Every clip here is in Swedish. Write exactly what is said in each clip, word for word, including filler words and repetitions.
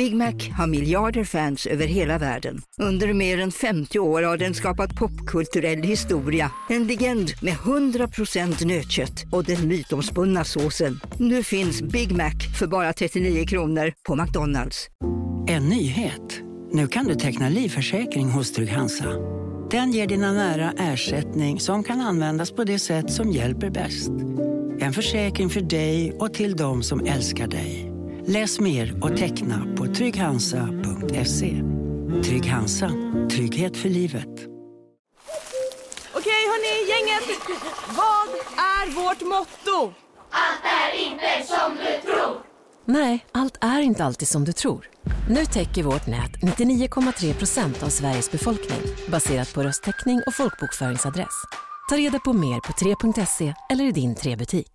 Big Mac har miljarder fans över hela världen. Under mer än femtio år har den skapat popkulturell historia. En legend med hundra procent nötkött och den mytomspunna såsen. Nu finns Big Mac för bara trettionio kronor på McDonald's. En nyhet. Nu kan du teckna livförsäkring hos Trygg-Hansa. Den ger dina nära ersättning som kan användas på det sätt som hjälper bäst. En försäkring för dig och till de som älskar dig. Läs mer och teckna på trygg hansa punkt se. Trygg-Hansa. Trygghet för livet. Okej hörni, gänget. Vad är vårt motto? Allt är inte som du tror. Nej, allt är inte alltid som du tror. Nu täcker vårt nät nittionio komma tre procent av Sveriges befolkning baserat på röstteckning och folkbokföringsadress. Ta reda på mer på tre punkt se eller i din tre-butik.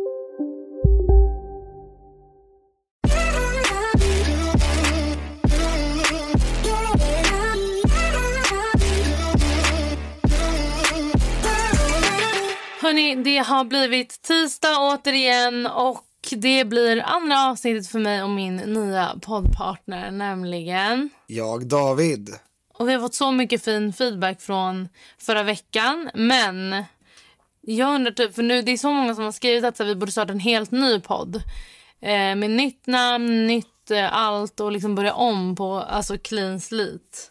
Hörrni, det har blivit tisdag återigen och det blir andra avsnittet för mig och min nya poddpartner, nämligen jag, David. Och vi har fått så mycket fin feedback från förra veckan, men jag undrar typ, för nu det är så många som har skrivit att vi borde starta en helt ny podd eh, med nytt namn, nytt eh, allt och liksom börja om på alltså clean slit.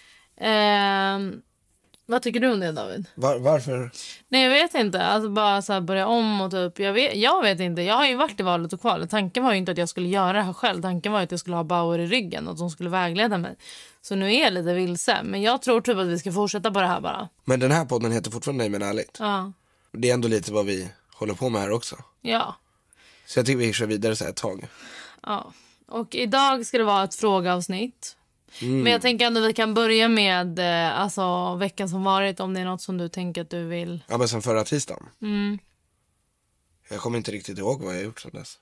Eh, vad tycker du om det, David? Var, varför? Nej, jag vet inte. Alltså bara så här börja om och typ, jag vet, jag vet inte. Jag har ju varit i valet och kvalet. Tanken var ju inte att jag skulle göra det här själv. Tanken var att jag skulle ha Bauer i ryggen och att de skulle vägleda mig. Så nu är jag lite vilse. Men jag tror typ att vi ska fortsätta på det här bara. Men den här podden heter fortfarande Nej men ärligt. Ja. Det är ändå lite vad vi håller på med här också. Ja. Så jag tycker vi kör vidare så här ett tag. Ja. Och idag ska det vara ett frågeavsnitt. Mm. Men jag tänker ändå vi kan börja med eh, alltså veckan som varit, om det är något som du tänker att du vill. Ja, men sen förra tisdagen. Mm. Jag kommer inte riktigt ihåg vad jag har gjort sedan dess.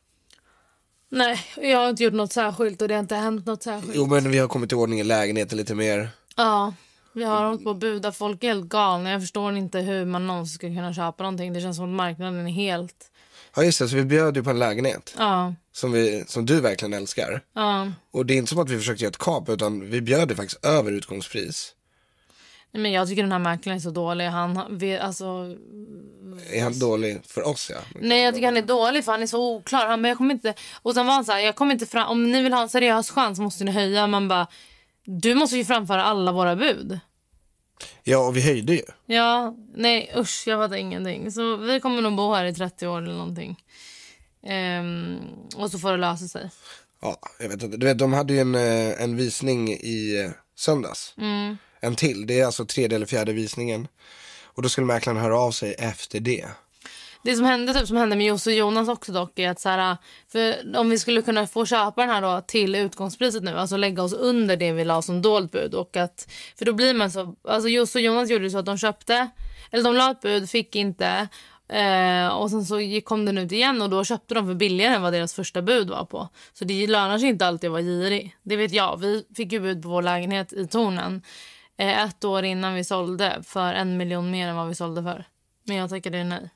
Nej, jag har inte gjort något särskilt och det har inte hänt något särskilt. Jo, men vi har kommit till ordning i lägenheten lite mer. Ja, vi har hållit på att buda. Folk är helt galna. Jag förstår inte hur man någonsin ska kunna köpa någonting. Det känns som att marknaden är helt... Ja, just det. Så vi bjöd ju på en lägenhet. Ja. Som, vi, som du verkligen älskar. Ja. Och det är inte som att vi försökte göra ett kap, utan vi bjöd det faktiskt över utgångspris. Nej, men jag tycker den här mäklaren är så dålig. Han, vi, alltså... Är han dålig för oss, ja? Nej, jag tycker han är dålig för han är så oklar. Han, men jag kommer inte... Och sen var han så här, jag kommer inte fram... Om ni vill ha en seriös chans måste ni höja. Man bara, du måste ju framföra alla våra bud. Ja, och vi höjde ju. Ja, nej usch, jag fattar ingenting. Så vi kommer nog bo här i trettio år eller någonting. Ehm, och så får det lösa sig. Ja, jag vet inte. Du vet, de hade ju en, en visning i söndags. Mm. En till. Det är alltså tredje eller fjärde visningen. Och då skulle mäklaren höra av sig efter det. Det som hände, typ som hände med Josse och Jonas också dock, är att så här, för om vi skulle kunna få köpa den här då till utgångspriset nu, alltså lägga oss under det vi la som dolt bud, och att, för då blir man så, alltså Josse och Jonas gjorde så att de köpte, eller de la ett bud, fick inte, eh, och sen så kom den ut igen och då köpte de för billigare än vad deras första bud var på. Så det lönar sig inte alltid att vara girig. Det vet jag, vi fick ju bud på vår lägenhet i Tornen eh, ett år innan vi sålde för en miljon mer än vad vi sålde för. Men jag tycker det är nej.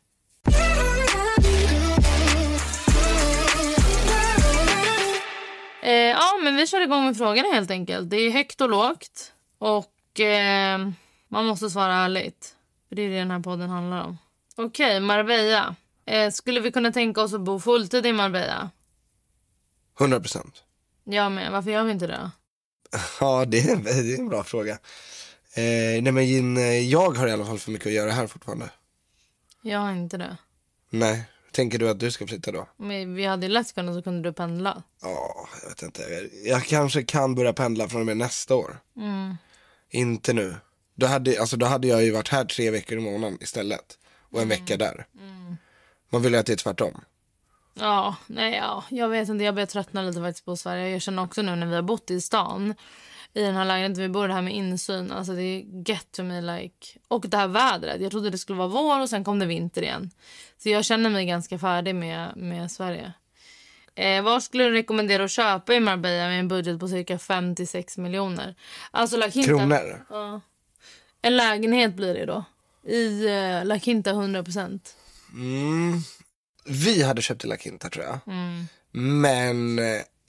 Eh, ja, men vi kör igång med frågorna helt enkelt. Det är högt och lågt. Och eh, man måste svara ärligt. För det är det den här podden handlar om. Okej, okay, Marbella. Eh, skulle vi kunna tänka oss att bo fulltid i Marbella? hundra procent. Ja, men varför gör vi inte det? Ja, det är, det är en bra fråga. Eh, nej, men jag har i alla fall för mycket att göra här fortfarande. Jag har inte det. Nej. Tänker du att du ska flytta då? Men vi hade lätt kunnat, så kunde du pendla. Ja, jag vet inte. Jag kanske kan börja pendla från och med nästa år. Mm. Inte nu. Då hade, alltså, då hade jag ju varit här tre veckor i månaden istället. Och en mm. vecka där. Mm. Man vill ju att det är tvärtom. Ja, nej, ja, jag vet inte. Jag börjar tröttna lite faktiskt på Sverige. Jag känner också nu när vi har bott i stan, i den här lägenheten vi bor, det här med insyn. Alltså det är get to me like. Och det här vädret. Jag trodde det skulle vara vår och sen kom det vinter igen. Så jag känner mig ganska färdig med, med Sverige. Eh, vad skulle du rekommendera att köpa i Marbella med en budget på cirka fem till sex miljoner? Alltså La Quinta. Kronor? Ja. En lägenhet blir det då. I eh, La Quinta hundra procent. Mm. Vi hade köpt i La Quinta tror jag. Mm. Men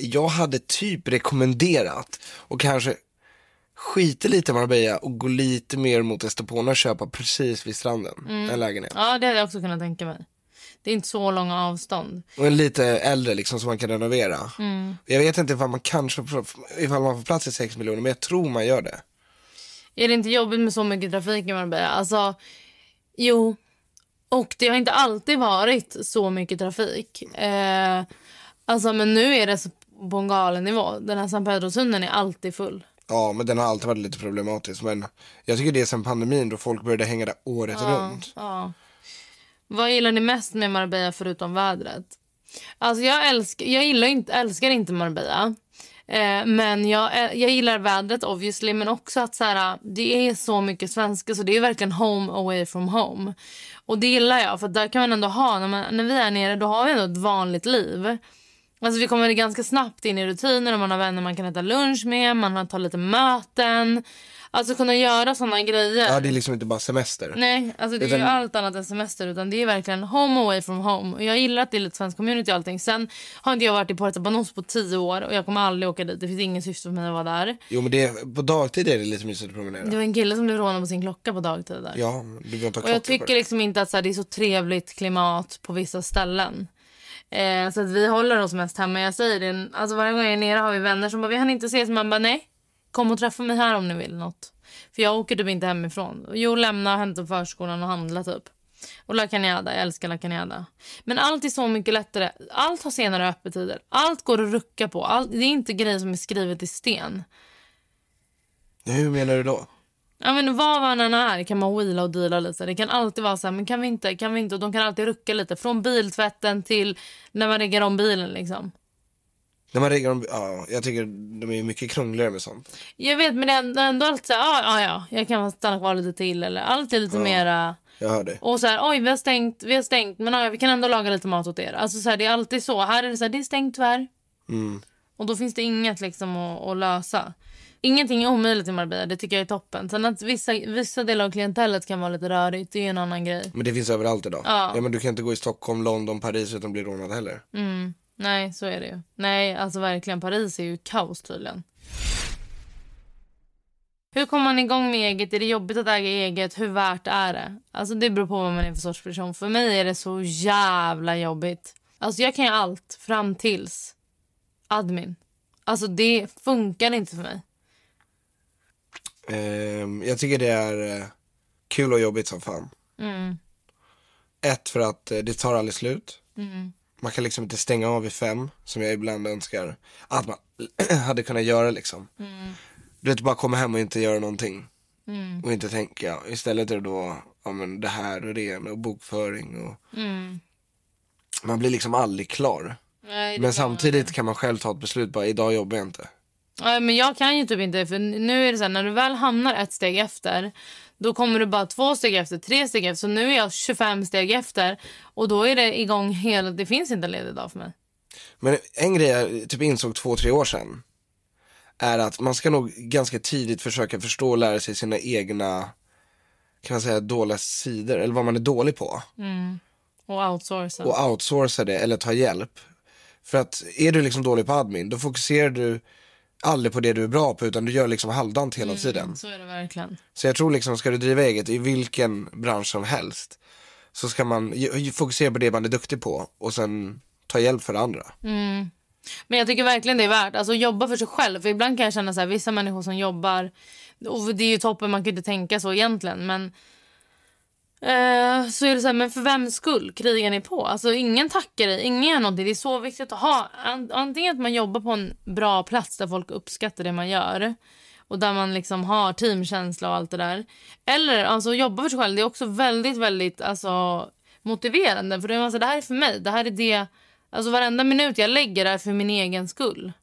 jag hade typ rekommenderat och kanske skita lite i Marbella och gå lite mer mot Estepona och köpa precis vid stranden mm. en lägenhet. Ja, det hade jag också kunnat tänka mig. Det är inte så långa avstånd. Och en lite äldre liksom som man kan renovera. Mm. Jag vet inte ifall man kanske ifall man får plats i sex miljoner, men jag tror man gör det. Är det inte jobbigt med så mycket trafik i Marbella? Alltså, jo. Och det har inte alltid varit så mycket trafik. Eh, alltså, men nu är det på en galen nivå. Den här San Pedro-tunneln är alltid full. Ja, men den har alltid varit lite problematisk. Men jag tycker det är sen pandemin då folk började hänga där året ja, runt. Ja. Vad gillar ni mest med Marbella förutom vädret? Alltså jag, älskar, jag gillar inte, älskar inte Marbella. Eh, men jag, jag gillar vädret obviously. Men också att så här, det är så mycket svenska. Så det är verkligen home away from home. Och det gillar jag. För där kan man ändå ha, när, man, när vi är nere då har vi ändå ett vanligt liv. Alltså vi kommer ganska snabbt in i rutiner och man har vänner man kan äta lunch med, man har tagit lite möten. Alltså kunna göra sådana grejer. Ja, det är liksom inte bara semester. Nej, alltså det är utan... ju allt annat än semester utan det är verkligen home away from home. Och jag gillar att det är lite svensk community och allting. Sen har inte jag varit i Puerto Banos på tio år och jag kommer aldrig åka dit. Det finns ingen syfte för mig att vara där. Jo, men det, på dagtid är det lite mysigt att promenera. Det var en kille som blev rånad på sin klocka på dagtid där. Ja, du vill ta och jag tycker liksom inte att så här, det är så trevligt klimat på vissa ställen. Eh, så att vi håller oss mest hemma. Jag säger det, alltså varje gång jag är nere har vi vänner som bara, vi hann inte ses. Man bara, nej, kom och träffa mig här om ni vill något. För jag åker typ inte hemifrån. Jo, lämna och hämta förskolan och handla typ. Och La Cañada, jag älskar La Cañada. Men allt är så mycket lättare. Allt har senare öppettider. Allt går att rucka på. Allt, det är inte grejer som är skrivet i sten. Hur menar du då? Ja, men vad man än är kan man wheela och deala lite. Det kan alltid vara så här, men kan vi inte, kan vi inte? Och de kan alltid rucka lite. Från biltvätten till när man riggar om bilen liksom. När man riggar om, ja, jag tycker de är mycket krångligare med sånt. Jag vet, men det är ändå alltid så här, ja, ja, ja, jag kan stanna kvar lite till. Eller alltid lite ja, mera. Jag hör det. Och så här, oj, vi har stängt, vi har stängt. Men ja, vi kan ändå laga lite mat åt er. Alltså så här, det är alltid så. Här är det så här, det är stängt tyvärr. Mm. Och då finns det inget liksom att, att lösa. Ingenting är omöjligt i Marbella, det tycker jag är toppen. Sen att vissa, vissa delar av klientellet kan vara lite rörigt, det är en annan grej. Men det finns överallt idag. Ja. Ja, men du kan inte gå i Stockholm, London, Paris utan bli rånad heller. Mm. Nej, så är det ju. Nej, alltså verkligen, Paris är ju kaos tydligen. Hur kommer man igång med eget? Är det jobbigt att äga eget? Hur värt är det? Alltså det beror på vad man är för sorts person. För mig är det så jävla jobbigt. Alltså jag kan ju allt fram tills admin. Alltså det funkar inte för mig. Um, jag tycker det är uh, kul och jobbigt som fan. Mm. Ett, för att uh, det tar aldrig slut. Mm. Man kan liksom inte stänga av vid fem, som jag ibland önskar att man hade kunnat göra liksom. Mm. Du vet, bara komma hem och inte göra någonting. Mm. Och inte tänka. Istället är det då ja, men det här och det och bokföring. Och... Mm. Man blir liksom aldrig klar. Nej, men samtidigt det. Kan man själv ta ett beslut. Bara idag jobbar jag inte. Ja, men jag kan ju typ inte. För nu är det så här, när du väl hamnar ett steg efter, då kommer du bara två steg efter, tre steg efter. Så nu är jag tjugofem steg efter. Och då är det igång hela. Det finns inte en ledig dag för mig. Men en grej jag typ insåg två, tre år sedan är att man ska nog ganska tidigt försöka förstå och lära sig sina egna, kan man säga, dåliga sidor. Eller vad man är dålig på. Mm. Och outsourca. Och outsourca det eller ta hjälp. För att är du liksom dålig på admin, då fokuserar du aldrig på det du är bra på, utan du gör liksom halvdant hela mm, tiden. Så är det verkligen. Så jag tror liksom, ska du driva eget i vilken bransch som helst, så ska man fokusera på det man är duktig på och sen ta hjälp för andra. Mm. Men jag tycker verkligen det är värt, alltså jobba för sig själv. För ibland kan jag känna så här, vissa människor som jobbar, och det är ju toppen, man kan inte tänka så egentligen, men eh, så är det så här, men för vems skull krigar ni på? Alltså ingen tackar dig, ingen gör någonting. Det är så viktigt att ha antingen att man jobbar på en bra plats där folk uppskattar det man gör och där man liksom har teamkänsla och allt det där, eller alltså jobba för sig själv. Det är också väldigt, väldigt alltså motiverande, för det är alltså, det här är för mig, det här är det. Alltså varenda minut jag lägger är för min egen skull.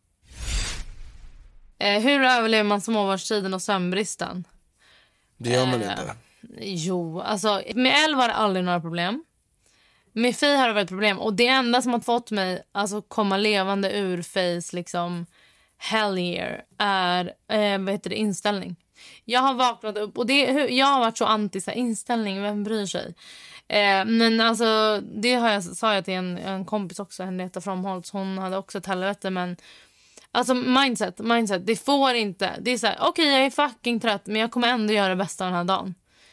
Eh, hur överlever man småbarnstiden och sömnbristen? Det gör man eh, inte. Jo, alltså med Elle var det aldrig några problem. Med Fi har det varit problem. Och det enda som har fått mig alltså komma levande ur Fis liksom hell year är eh, vad heter det, inställning. Jag har vaknat upp och det, jag har varit så anti så här, inställning, vem bryr sig? Eh, men alltså det har jag, sa jag till en, en kompis också, Henrietta Fromholtz. Hon hade också ett helvete, men Alltså mindset, mindset. Det får inte. Det är så här, okej okay, jag är fucking trött men jag kommer ändå göra det bästa av den här dagen.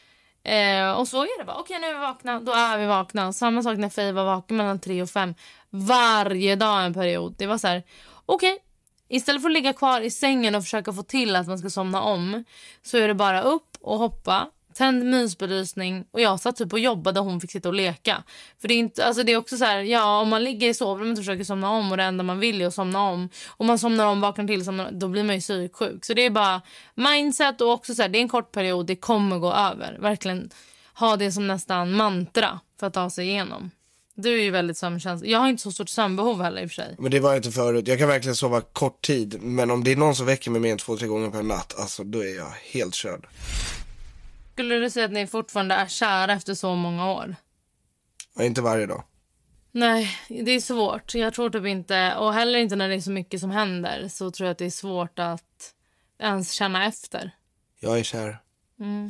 Eh, och så är det bara. Okej okay, nu är vi vakna, då är vi vakna. Samma sak när Faye var vaken mellan tre och fem. Varje dag en period. Det var så här, okej. Okay, istället för att ligga kvar i sängen och försöka få till att man ska somna om, så är det bara upp och hoppa. Tänd mysbelysning och jag satt typ och jobbade och hon fick sitta och leka. För det är inte, alltså det är också så här, ja om man ligger i sovrummet och försöker somna om och det enda man vill är att somna om. Och man somnar om, vaknar till, somnar, då blir man ju psyksjuk. Så det är bara mindset och också så här, det är en kort period, det kommer gå över. Verkligen ha det som nästan mantra för att ta sig igenom. Du är ju väldigt sömnkänslig. Jag har inte så stort sömnbehov heller i och för sig. Men det var inte förut. Jag kan verkligen sova kort tid. Men om det är någon som väcker mig mer än två, tre gånger per natt, alltså då är jag helt körd. Skulle du säga att ni fortfarande är kära efter så många år? Ja, inte varje dag. Nej, det är svårt. Jag tror typ inte, och heller inte när det är så mycket som händer, så tror jag att det är svårt att ens känna efter. Jag är kär. Mm.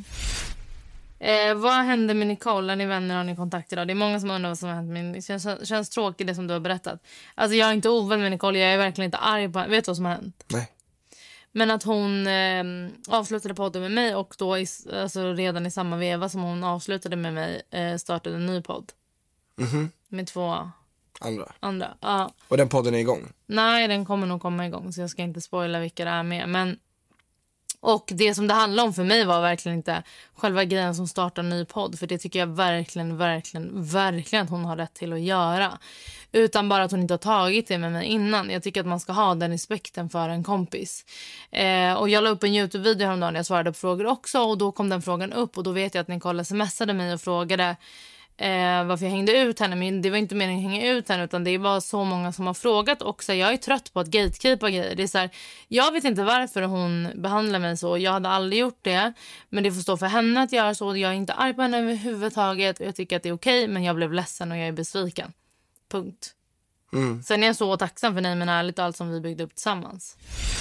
Eh, vad hände med Nicole? Är ni vänner, har ni kontakt idag? Det är många som undrar vad som har hänt. Men det känns, känns tråkigt det som du har berättat. Alltså jag är inte ovän med Nicole, jag är verkligen inte arg på. Vet du vad som har hänt? Nej. Men att hon eh, avslutade podden med mig och då i, alltså redan i samma veva som hon avslutade med mig eh, startade en ny podd. Mhm. Med två andra. andra. Ja. Och den podden är igång? Nej, den kommer nog komma igång så jag ska inte spoila vilka det är med. Men och det som det handlar om för mig var verkligen inte själva grejen som startar en ny podd. För det tycker jag verkligen, verkligen, verkligen att hon har rätt till att göra. Utan bara att hon inte har tagit det med mig innan. Jag tycker att man ska ha den respekten för en kompis. Eh, och jag la upp en YouTube-video häromdagen där jag svarade på frågor också. Och då kom den frågan upp och då vet jag att Nicole smsade mig och frågade Eh, varför jag hängde ut henne. Men det var inte meningen att hänga ut henne, utan det var så många som har frågat också. Jag är trött på att gatekeepa grejer. Det är så här, jag vet inte varför hon behandlar mig så. Jag hade aldrig gjort det, men det får stå för henne att göra så. Jag är inte arg på henne överhuvudtaget. Jag tycker att det är okej, men jag blev ledsen och jag är besviken. Punkt. Mm. Sen är jag så tacksam för nej, men ärligt och allt som vi byggde upp tillsammans.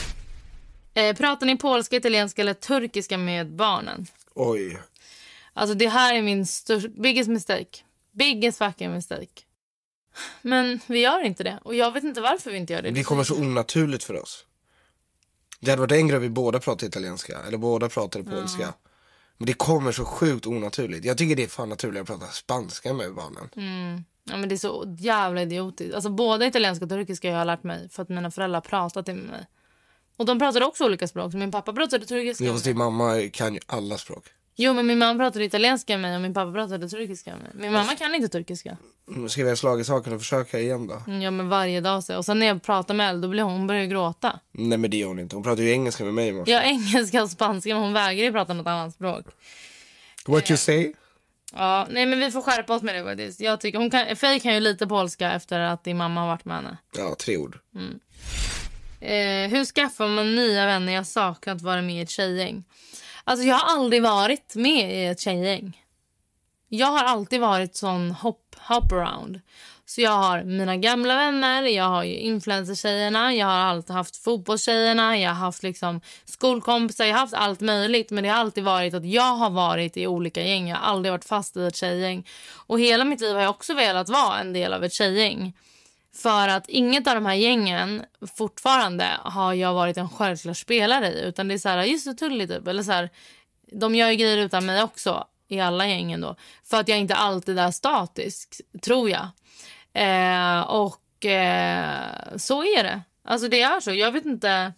eh, Pratar ni polska, italienska eller turkiska med barnen? Oj. Alltså det här är min största, biggest mistake. Biggest fucking mistake. Men vi gör inte det. Och jag vet inte varför vi inte gör det. Det kommer så onaturligt för oss. Det hade varit en grej vi båda pratade italienska. Eller båda pratade polska. Ja. Men det kommer så sjukt onaturligt. Jag tycker det är fan naturligt att prata spanska med barnen. Mm. Ja, men det är så jävla idiotiskt. Alltså både italienska och turkiska jag har lärt mig. För att mina föräldrar pratat med mig. Och de pratade också olika språk. Så min pappa pratade turkiska. Ja, fast din mamma kan ju alla språk. Jo, men min mamma pratade italienska med mig och min pappa pratade turkiska med mig. Min mamma kan inte turkiska. Ska vi ha slag i saken och försöka igen då? Ja, men varje dag så. Och sen när jag pratar med Elle, då blir hon, hon börjar gråta. Nej, men det gör hon inte. Hon pratar ju engelska med mig i morse. Ja, engelska och spanska, men hon vägrar ju prata något annat språk. What you say? Ja, nej men vi får skärpa oss med det faktiskt. Jag tycker, hon kan, Faye kan ju lite polska efter att din mamma har varit med henne. Ja, tre ord. Mm. Eh, hur skaffar man nya vänner? Jag saknar att vara med i ett tjejgäng. Alltså jag har aldrig varit med i ett tjejgäng. Jag har alltid varit sån hop, hop around. Så jag har mina gamla vänner, jag har ju influencer-tjejerna, jag har alltid haft fotbollstjejerna, jag har haft liksom skolkompisar, jag har haft allt möjligt. Men det har alltid varit att jag har varit i olika gäng, jag har aldrig varit fast i ett tjejgäng. Och hela mitt liv har jag också velat vara en del av ett tjejgäng. För att inget av de här gängen fortfarande har jag varit en självklar spelare i. Utan det är så här, just det, Tulli typ. Eller så här, de gör ju grejer utan mig också i alla gängen då. För att jag inte alltid är statisk, tror jag. Eh, och eh, så är det. Alltså det är så. Jag vet inte.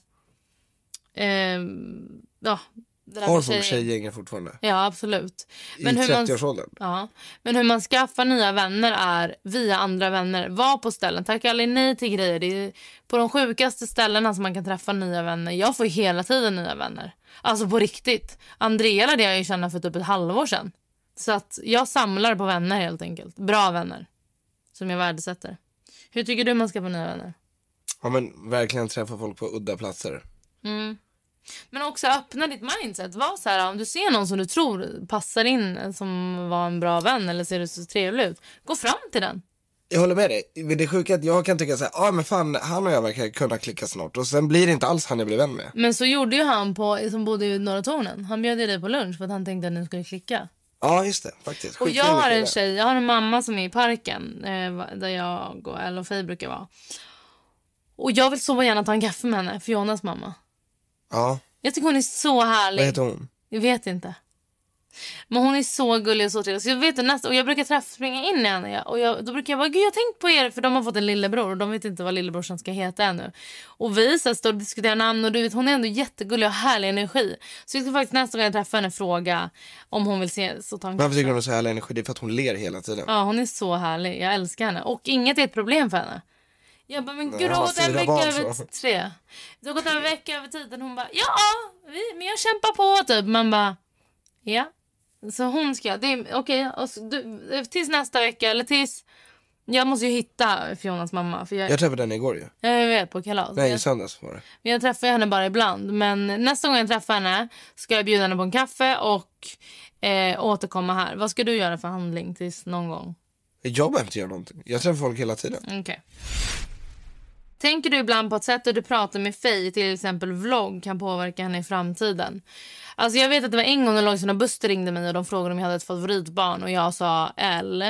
Eh, ja. Har folk tjejgängen fortfarande? Ja, absolut. Men I hur trettioårsåldern? man, ja. Men hur man skaffar nya vänner är via andra vänner. Var på ställen. Tacka aldrig nej till grejer. Det är på de sjukaste ställena som man kan träffa nya vänner. Jag får hela tiden nya vänner. Alltså på riktigt. Andrea lärde jag ju känna för typ ett halvår sedan. Så att jag samlar på vänner helt enkelt. Bra vänner. Som jag värdesätter. Hur tycker du man ska få nya vänner? Ja, men verkligen träffa folk på udda platser. Mm. Men också öppna ditt mindset. Var så här, om du ser någon som du tror passar in, som var en bra vän eller ser så trevlig ut, gå fram till den. Jag håller med dig. Det är sjukt att jag kan tycka så här, ja ah, men fan, han och jag verkar kunna klicka snart. Och sen blir det inte alls han jag blir vän med. Men så gjorde ju han på, som bodde i Norra Tornen. Han bjöd dig på lunch för att han tänkte att ni skulle klicka. Ja, just det, faktiskt. Och jag har en tjej, jag har en mamma som är i parken eh, där jag och Elle och Faye brukar vara. Och jag vill så gärna ta en kaffe med henne, Fionas mamma. Ja. Jag tycker hon är så härlig. Vad heter hon? Jag vet inte. Men hon är så gullig och så trevlig. Så jag vet nästa, och jag brukar träffa springa in i henne. Och jag, då brukar jag bara, gud jag har tänkt på er. För de har fått en lillebror och de vet inte vad lillebrorsan ska heta ännu. Och vi så står och diskuterar namn. Och du vet, hon är ändå jättegullig och härlig energi. Så jag ska faktiskt nästa gång jag träffar henne fråga om hon vill se så ta en Varför tycker hon är så härlig energi? Det är för att hon ler hela tiden. Ja, hon är så härlig. Jag älskar henne. Och inget är ett problem för henne. Jag bara, men gud, det har gått en vecka över tre. Det har gått en vecka över tiden. Hon bara, ja, vi, men jag kämpar på typ. Man bara, ja. Så hon ska, det är okej. Okay, tills nästa vecka, eller tills... Jag måste ju hitta Fionas mamma. För jag, jag träffade henne igår ju. Jag vet, på kalas. Nej, i söndags var det. Men jag träffar henne bara ibland. Men nästa gång jag träffar henne ska jag bjuda henne på en kaffe och eh, återkomma här. Vad ska du göra för handling tills någon gång? Jag behöver inte göra någonting. Jag träffar folk hela tiden. Okej. Okay. Tänker du ibland på att sättet du pratar med Faye, till exempel vlogg, kan påverka henne i framtiden? Alltså jag vet att det var en gång när Lojsan och Buster ringde mig och de frågade om jag hade ett favoritbarn och jag sa L.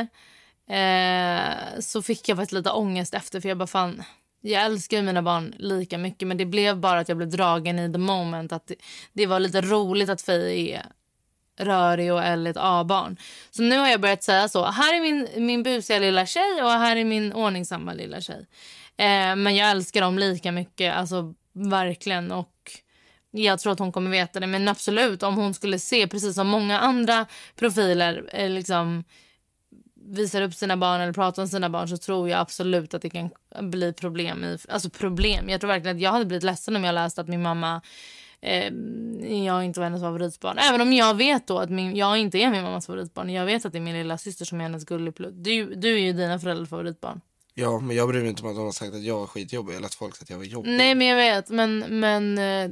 Eh, så fick jag faktiskt lite ångest efter, för jag bara fan, jag älskar ju mina barn lika mycket, men det blev bara att jag blev dragen i the moment, att det, det var lite roligt att Faye är rörig och L ett A-barn. Så nu har jag börjat säga så, här är min, min busiga lilla tjej och här är min ordningsamma lilla tjej. Eh, men jag älskar dem lika mycket, alltså verkligen, och jag tror att hon kommer veta det. Men absolut, om hon skulle se, precis som många andra profiler eh, liksom visar upp sina barn eller pratar om sina barn, så tror jag absolut att det kan bli problem i, alltså problem. Jag tror verkligen att jag hade blivit ledsen om jag läste att min mamma eh, jag inte var hennes favoritbarn. Även om jag vet då att min, jag inte är min mammas favoritbarn. Jag vet att det är min lilla syster som är hennes gulligplutt. Du, du är ju dina föräldrars favoritbarn. Ja, men jag bryr mig inte om att de har sagt att jag var skitjobbig eller att folk sagt att jag var jobbig. Nej, men jag vet, men men eh,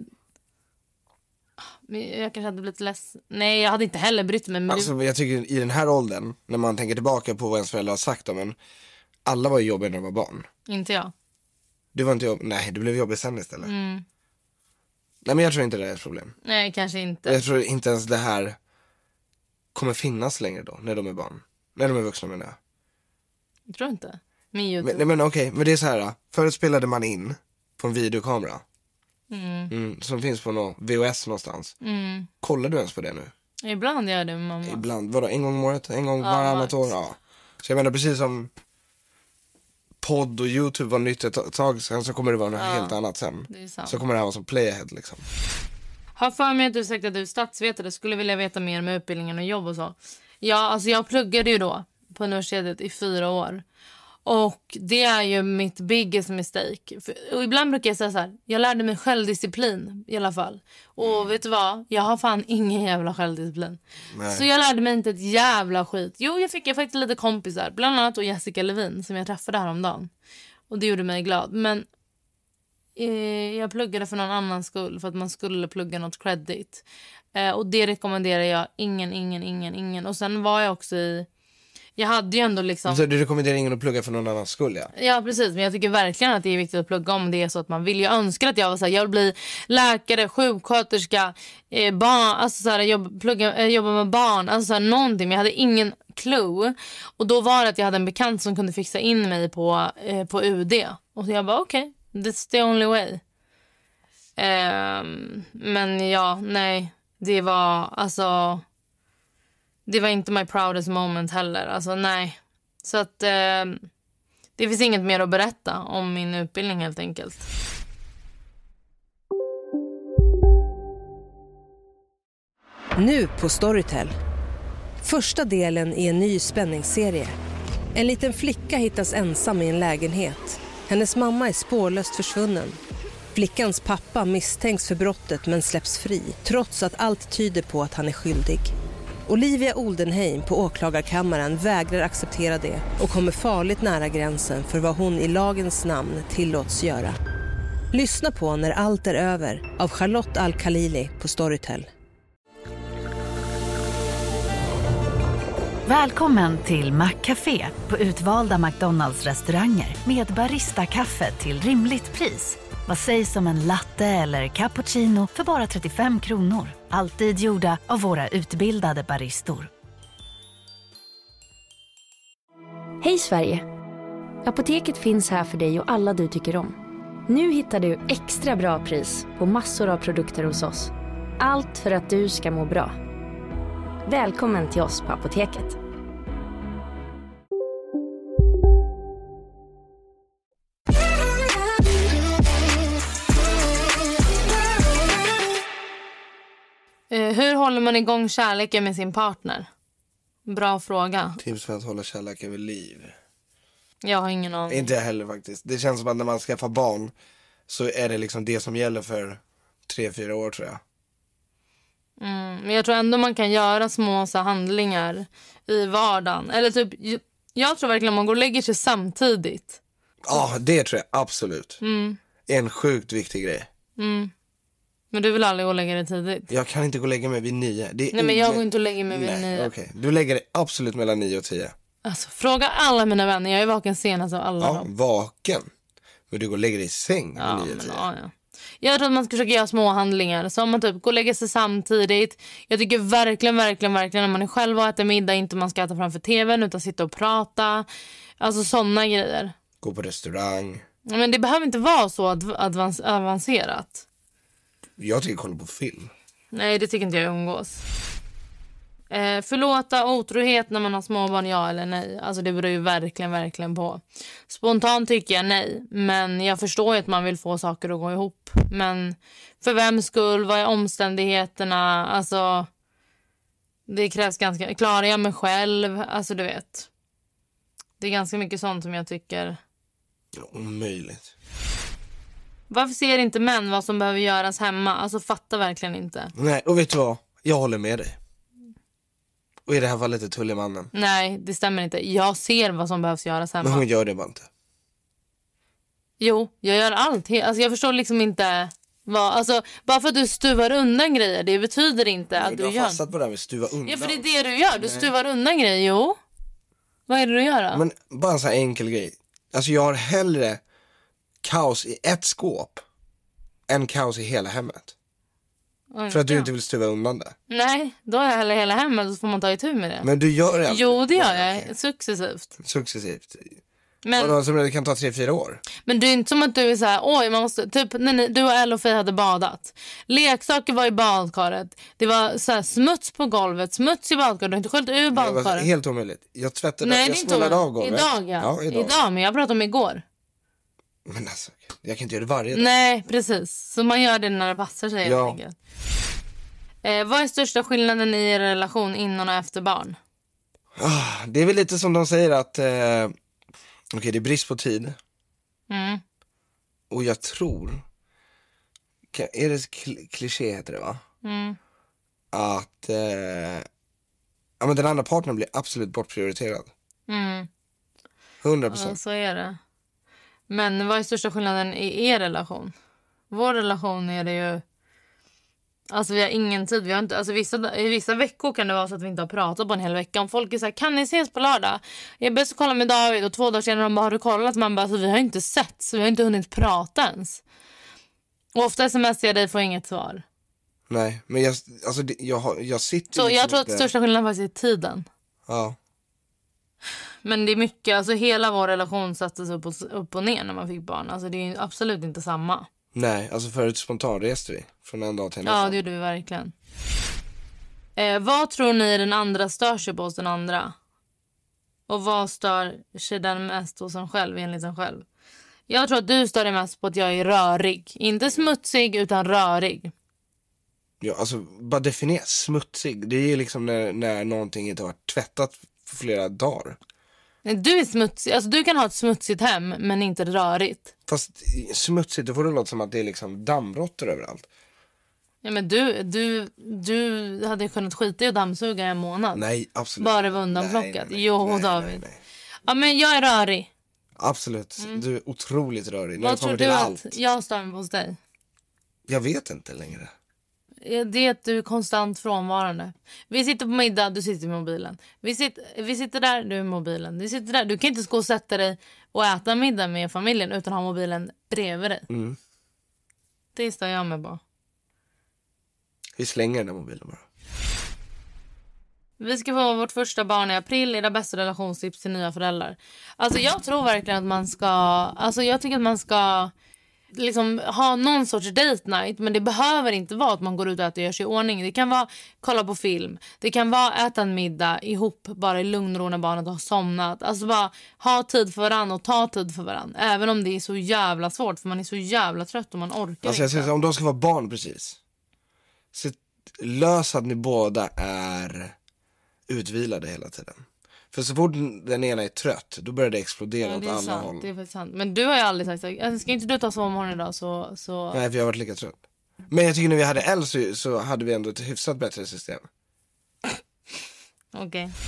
jag kanske hade blivit less. Nej, jag hade inte heller brytt mig. Men alltså, du... jag tycker i den här åldern, när man tänker tillbaka på vad ens föräldrar har sagt om en, alla var ju jobbiga när de var barn. Inte jag. Du var inte jobb... Nej, du blev jobbig sen istället. Mm. Nej, men jag tror inte det är ett problem. Nej, kanske inte. Jag tror inte ens det här kommer finnas längre då, när de är barn. När de är vuxna, menar jag. Jag tror inte. Med YouTube. Men, men okej, men det är så här. Förut spelade man in på en videokamera. Mm. Mm, som finns på någon V H S någonstans. Mm. Kollar du ens på det nu? Ibland gör det med mamma. Ibland, vadå? En gång om året? En gång Ja, varannat år? Ja. Så jag menar, precis som podd och YouTube var nytt ett tag sen, så kommer det vara något Ja, helt annat sen. det är sant. Så kommer det här vara som playahead liksom. Har för mig att du sagt att du är statsvetare. Skulle vilja veta mer med utbildningen och jobb och så. Ja, alltså jag pluggade ju då på universitetet i fyra år. Och det är ju mitt biggest mistake. För, och ibland brukar jag säga så här, jag lärde mig självdisciplin i alla fall. Och mm. vet du vad? Jag har fan ingen jävla självdisciplin. Nej. Så jag lärde mig inte ett jävla skit. Jo, jag fick jag faktiskt lite kompisar. Bland annat och Jessica Levin som jag träffade häromdagen. Och det gjorde mig glad. Men eh, jag pluggade för någon annan skull. För att man skulle plugga något credit. Eh, och det rekommenderar jag ingen, ingen, ingen, ingen. Och sen var jag också i... Jag hade ju ändå liksom... Så du rekommenderar ingen att plugga för någon annans skull, ja? Ja, precis. Men jag tycker verkligen att det är viktigt att plugga om det är så att man vill. Jag önskar att jag var så här, jag vill bli läkare, sjuksköterska, eh, barn, alltså så här, jobb, plugga, eh, jobba med barn, alltså så här, någonting. Men jag hade ingen clue. Och då var det att jag hade en bekant som kunde fixa in mig på, eh, på U D. Och så jag bara, okej, okay, that's the only way. Eh, men ja, nej. Det var, alltså... Det var inte my proudest moment heller. Alltså nej. Så att eh, det finns inget mer att berätta om min utbildning helt enkelt. Nu på Storytel. Första delen i en ny spänningsserie. En liten flicka hittas ensam i en lägenhet. Hennes mamma är spårlöst försvunnen. Flickans pappa misstänks för brottet men släpps fri. Trots att allt tyder på att han är skyldig. Olivia Oldenheim på åklagarkammaren vägrar acceptera det och kommer farligt nära gränsen för vad hon i lagens namn tillåts göra. Lyssna på När allt är över av Charlotte Al-Khalili på Storytel. Välkommen till Maccafé på utvalda McDonalds-restauranger med barista-kaffe till rimligt pris. Vad sägs om en latte eller cappuccino för bara trettiofem kronor? Alltid gjorda av våra utbildade baristor. Hej Sverige! Apoteket finns här för dig och alla du tycker om. Nu hittar du extra bra pris på massor av produkter hos oss. Allt för att du ska må bra. Välkommen till oss på Apoteket. Hur håller man igång kärleken med sin partner? Bra fråga. Tips för att hålla kärleken vid liv. Jag har ingen aning. Inte jag heller faktiskt. Det känns som att när man skaffar barn så är det liksom det som gäller för tre, fyra år tror jag. Mm, men jag tror ändå man kan göra små så handlingar i vardagen. Eller typ, jag tror verkligen man går och lägger sig samtidigt. Ja, det tror jag absolut. Mm. En sjukt viktig grej. Mm. Men du vill aldrig gå och lägga dig tidigt? Jag kan inte gå och lägga mig vid nio. Det är Nej, men jag ingen... går inte och lägger mig vid Nej, nio. Okay. Du lägger dig absolut mellan nio och tio. Alltså, fråga alla mina vänner. Jag är vaken senast av alla ja, dem. Vaken? Men du går och lägger dig i säng vid ja, nio och tio. Ja, ja. Jag tror att man ska försöka göra små handlingar. Så om man typ går och lägger sig samtidigt. Jag tycker verkligen, verkligen, verkligen när man är själv och äter middag, inte man ska äta framför tvn utan sitta och prata. Alltså sådana grejer. Gå på restaurang. Men det behöver inte vara så advans- avancerat. Jag tycker kolla på film. Nej, det tycker inte jag umgås. Eh, förlåta otrohet när man har småbarn, ja eller nej. Alltså det beror ju verkligen, verkligen på. Spontant tycker jag nej. Men jag förstår ju att man vill få saker att gå ihop. Men för vem skull, vad är omständigheterna? Alltså, det krävs ganska... Klarar jag mig själv? Alltså du vet. Det är ganska mycket sånt som jag tycker... Omöjligt. Varför ser inte män vad som behöver göras hemma? Alltså fattar verkligen inte. Nej, och vet du vad? Jag håller med dig. Och i det här fallet är Tullemannen. Nej, det stämmer inte. Jag ser vad som behövs göras hemma. Men hon gör det bara inte. Jo, jag gör allt. Alltså jag förstår liksom inte vad... Alltså, bara för att du stuvar undan grejer, det betyder inte Nej, att du du har gör... fastnat på det här med stuva undan. Ja, för det är det du gör. Du Nej. stuvar undan grejer, jo. Vad är det du gör då? Men bara en sån här enkel grej. Alltså jag har hellre kaos i ett skåp än kaos i hela hemmet. Oj, för att du ja. inte vill stuva undan det. Nej, då är jag hellre hela hemmet, så får man ta itu med det. Men du gör det. Jo, det gör jag. Successivt. Successivt. Men, och då, det kan ta tre, fyra år. Men det är inte som att du är så här, oj, man måste, typ när ni, du och Elle och Fej hade badat. Leksaker var i badkaret. Det var så här, smuts på golvet, smuts i badkaret. Du har inte sköljt ur badkaret. Det var helt omöjligt. Jag tvättade, Nej, jag det är inte smullade av golvet. Idag, ja. ja idag. idag, men jag pratade om igår. Men alltså, jag kan inte göra det varje dag. Nej, precis. Så man gör det när det passar sig. Ja. Eh, vad är största skillnaden i er relation innan och efter barn? Ah, det är väl lite som de säger att... Eh, Okej, okay, det är brist på tid. Mm. Och jag tror... Är det kl- kliché heter det va? Mm. Att... Eh, ja, men den andra partnern blir absolut bortprioriterad. Mm. hundra procent. Ja, så är det. Men vad är största skillnaden i er relation? Vår relation är det ju... Alltså vi har ingen tid. Vi har inte, alltså vissa, i vissa veckor kan det vara så att vi inte har pratat på en hel vecka. Om folk är så här, kan ni ses på lördag? Jag började kolla med David och två dagar senare de bara, har du kollat? Man bara, alltså, vi har inte sett, så vi har inte hunnit prata ens. Och ofta smsar jag dig, får inget svar. Nej, men jag, alltså, det, jag, har, jag sitter Så liksom jag tror att inte... största skillnaden faktiskt är tiden. Ja. Men det är mycket, alltså hela vår relation sattes upp och, upp och ner när man fick barn. Alltså det är ju absolut inte samma. Nej, alltså förut spontant reste vi från en dag till nästa. Ja, det gjorde vi verkligen. Eh, vad tror ni den andra stör sig på hos den andra? Och vad stör sig den mest hos en själv, enligt en själv? Jag tror att du stör dig mest på att jag är rörig. Inte smutsig, utan rörig. Ja, alltså bara definiera smutsig. Det är ju liksom när, när någonting inte har varit tvättat för flera dagar. Du är smutsig. Alltså du kan ha ett smutsigt hem, men inte rörigt. Fast smutsigt, då får det låta som att det är liksom dammråttor överallt. Ja, men du, du, du hade kunnat skita i att dammsuga en månad. Nej, absolut. Bara var undanplockat. Nej, nej, nej. Jo, nej, David. Nej, nej. Ja, men jag är rörig. Absolut. Mm. Du är otroligt rörig. När Vad det kommer tror till du allt. att jag stör mig hos dig? Jag vet inte längre. Det är att du är konstant frånvarande. Vi sitter på middag, du sitter i mobilen. Vi sitter, vi sitter där, du är i mobilen. Du sitter där. Du kan inte gå och sätta dig och äta middag med familjen utan ha mobilen bredvid dig. Mm. Det stör jag mig på. Vi slänger den där mobilen bara. Vi ska få vårt första barn i april. Era bästa relationstips till nya föräldrar. Alltså jag tror verkligen att man ska... Alltså jag tycker att man ska liksom ha någon sorts date night. Men det behöver inte vara att man går ut och äter och gör sig i ordning. Det kan vara kolla på film. Det kan vara äta en middag ihop bara i lugn och ro när barnet har somnat. Alltså bara ha tid för varandra och ta tid för varandra. Även om det är så jävla svårt för man är så jävla trött och man orkar alltså, jag inte. säger, om de ska vara barn precis. Så lös att ni båda är utvilade hela tiden. För så fort den ena är trött, då börjar det explodera Ja, åt det är alla sant, håll. det är faktiskt sant. Men du har ju aldrig sagt så. Alltså, ska inte du ta sovmorgon idag så... så... Nej, för jag har varit lika trött. Men jag tycker när vi hade L så, så hade vi ändå ett hyfsat bättre system. Okej. Okay.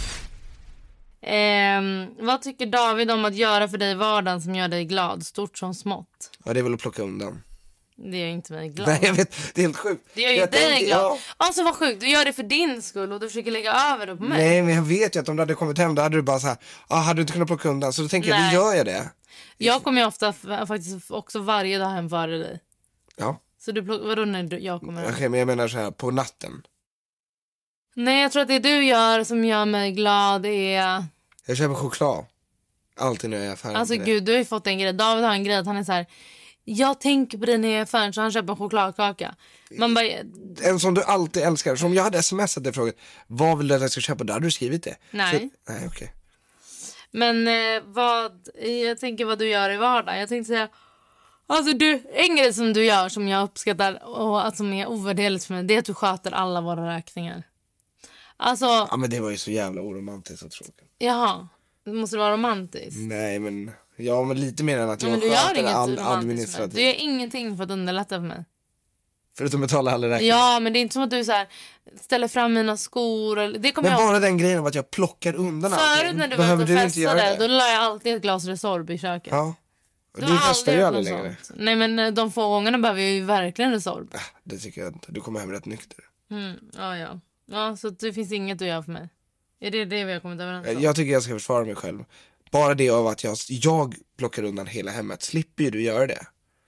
Ehm, vad tycker David om att göra för dig i vardagen som gör dig glad? Stort som smått. Ja, det är väl att plocka undan. Det gör inte mig glad. Nej, jag vet, det är helt sjukt. Det gör ju jag dig tänkte, glad. Ja. Alltså vad sjukt, du gör det för din skull och du försöker lägga över det på mig. Nej, men jag vet ju att om du hade kommit hem, då hade du bara så här, ah, hade du inte kunnat plocka undan? Så då tänker Nej. jag, då gör jag det. Jag kommer ju ofta faktiskt också varje dag hem före dig. Ja. Så du plockar, vadå när du, jag kommer hem? Okej, men jag menar så här, på natten. Nej, jag tror att det du gör som gör mig glad är... Jag köper choklad. Alltid när jag är i affären. Alltså gud, du har ju fått en grej. David har en grej att han är så här... Jag tänker på dig när jag är i affären så han köper en chokladkaka. Man bara... En som du alltid älskar. Som jag hade smsat dig frågat, vad vill du att jag ska köpa? Då hade du skrivit det. Nej. Så, nej, okej. Okay. Men eh, vad... Jag tänker vad du gör i vardagen. Jag tänkte säga... Alltså du, en grej som du gör som jag uppskattar och att som är ovärderligt för mig, det är att du sköter alla våra räkningar. Alltså... Ja, men det var ju så jävla oromantiskt och tråkigt. Jaha, måste det vara romantiskt? Nej, men... Ja, men lite mer än att jag ja, men du sköter gör all inget administrativt. Du gör ingenting för att underlätta för mig. Förutom att betala alla räkningar. Ja, men det är inte som att du så här, ställer fram mina skor. Eller, det kommer men jag... bara den grejen om att jag plockar undan Förut allting. när du Behöver var ute och festade, då la jag alltid ett glas Resorb i köket. Ja. Du, du festar ju aldrig längre. längre. Nej, men de få gångerna behöver jag ju verkligen Resorb. Äh, det tycker jag inte. Du kommer hem rätt nykter. Mm, ja, ja. Ja, så det finns inget att göra för mig. Är det det vi har kommit överens om? Jag tycker jag ska försvara mig själv. Bara det av att jag, jag plockar undan hela hemmet. Slipper ju du göra det.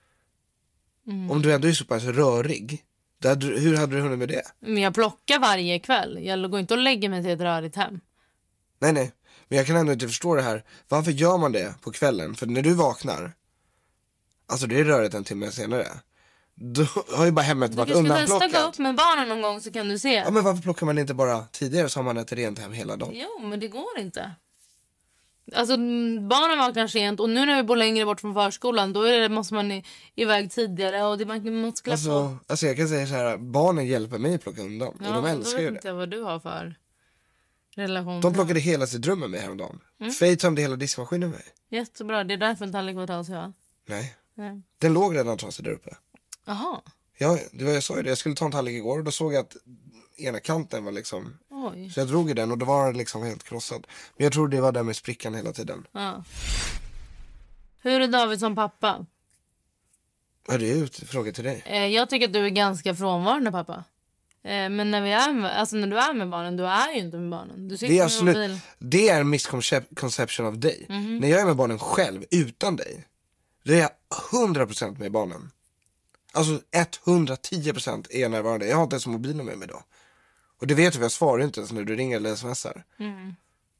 Mm. Om du ändå är så pass rörig. Hade, hur hade du hunnit med det? Men jag plockar varje kväll. Jag går inte och lägger mig till ett rörigt hem. Nej, nej. Men jag kan ändå inte förstå det här. Varför gör man det på kvällen? För när du vaknar, alltså det är rörigt en timme senare, då har ju bara hemmet varit undanplockat. Du ska testa gå upp med barnen någon gång så kan du se. Ja, men varför plockar man inte bara tidigare så har man ett rent hem hela dagen? Jo, men det går inte. Alltså barnen vaknar sent och nu när vi bor längre bort från förskolan då är det, måste man i, iväg tidigare och det man måste klä alltså, på. Alltså jag kan säga så här, barnen hjälper mig att plocka undan. Ja, och de älskar ju det. Jag vet inte vad du har för relation. De plockade hela sitt rum med mig häromdagen. Mm. Faye tömde hela diskmaskinen med mig. Jättebra, det är därför en tallrik var trasig, va? Nej. Nej. Den låg redan trasig där uppe. Jaha. Ja, det var jag sa ju det. Jag skulle ta en tallrik igår och då såg jag att ena kanten var liksom... Oj. Så jag drog i den och då var den liksom helt krossad. Men jag tror det var där med sprickan hela tiden. Ja. Hur är David som pappa? Ja, det är ju fråga till dig. Eh, jag tycker att du är ganska frånvarande pappa. Eh, men när, vi är med, alltså när du är med barnen, du är ju inte med barnen. Du sitter det är med absolut, mobil. det är en misconception av dig. Mm-hmm. När jag är med barnen själv, utan dig, då är jag hundra procent med barnen. Alltså etthundratio procent är jag närvarande. Jag har inte ens mobilen med mig då. Och det vet du, jag svarar inte ens när du ringer eller smsar. Mm.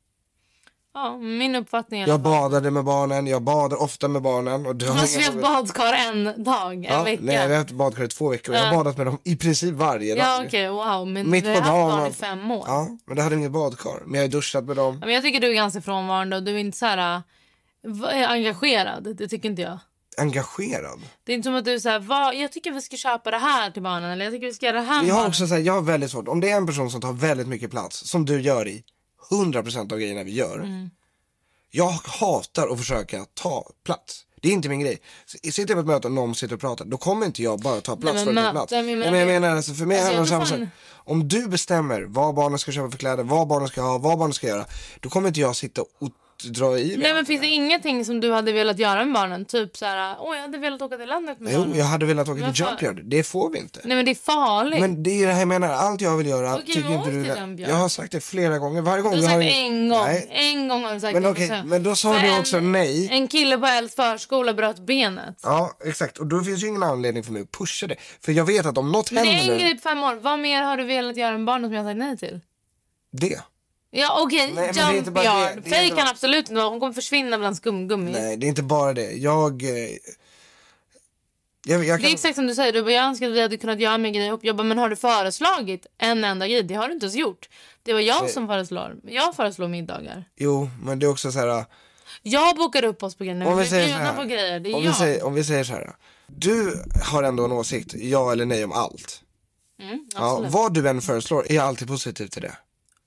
Ja, min uppfattning är... Jag badade med barnen, jag badar ofta med barnen. Och du har Fast vi har badkar en dag, en ja, vecka. Nej, vi har haft badkar i två veckor. Jag har ja. badat med dem i princip varje dag. Ja, okej, okay, wow. Men mitt vi har på haft dagen, barn i fem år. Ja, men det hade inget badkar. Men jag har duschat med dem. Ja, men jag tycker du är ganska frånvarande och du är inte så här äh, engagerad. Det tycker inte jag. Engagerad? Det är inte som att du säger, vad, jag tycker vi ska köpa det här till barnen. Eller jag tycker vi ska göra det här. Jag har också så här, jag har väldigt svårt. Om det är en person som tar väldigt mycket plats, som du gör i hundra procent av grejerna vi gör. Mm. Jag hatar att försöka ta plats. Det är inte min grej. Sitter jag på ett möte och någon sitter och pratar, då kommer inte jag bara ta plats. Nej, men, för att ta plats. Men, men, jag menar, alltså, för mig alltså, är det samma sak. Om du bestämmer vad barnen ska köpa för kläder, vad barnen ska ha, vad barnen ska göra, då kommer inte jag sitta och dra i mig. Nej, men finns det ingenting som du hade velat göra med barnen? Typ så här, åh, jag hade velat åka till landet med jo, barnen. Jag hade velat åka till Jumpyard. Det får vi inte. Nej, men det är farligt. Men det är det här jag menar. Allt jag vill göra. Okej, tycker inte du... Jag har sagt det flera gånger. Varje gång du har sagt har... en gång. Nej. En gång har du sagt men, det. okej, men då sa du också en, nej. En kille på Älvs förskola bröt benet. Ja, exakt. Och då finns ju ingen anledning för mig att pusha det. För jag vet att om något men händer... Men det är en grej på fem år. Vad mer har du velat göra med barnen som jag har sagt nej till? Det. Ja, okej, okay. Jumpyard. Faye kan bara... absolut inte, hon kommer försvinna bland skumgummi. Nej, det är inte bara det. Jag... Jag, jag kan... Det är exakt som du säger. Du bara, jag önskar att vi hade kunnat göra mer grejer ihop. Jag bara, men har du föreslagit en enda grej? Det har du inte ens gjort. Det var jag Nej. som föreslår. Jag föreslår middagar. Jo, men det är också så här... Jag bokar upp oss på grejer. Om vi, vi säger så här, på grejer. Det är om, jag. vi säger, om vi säger så här. Du har ändå en åsikt, ja eller nej om allt. Mm, ja, vad du än föreslår är jag alltid positiv till det.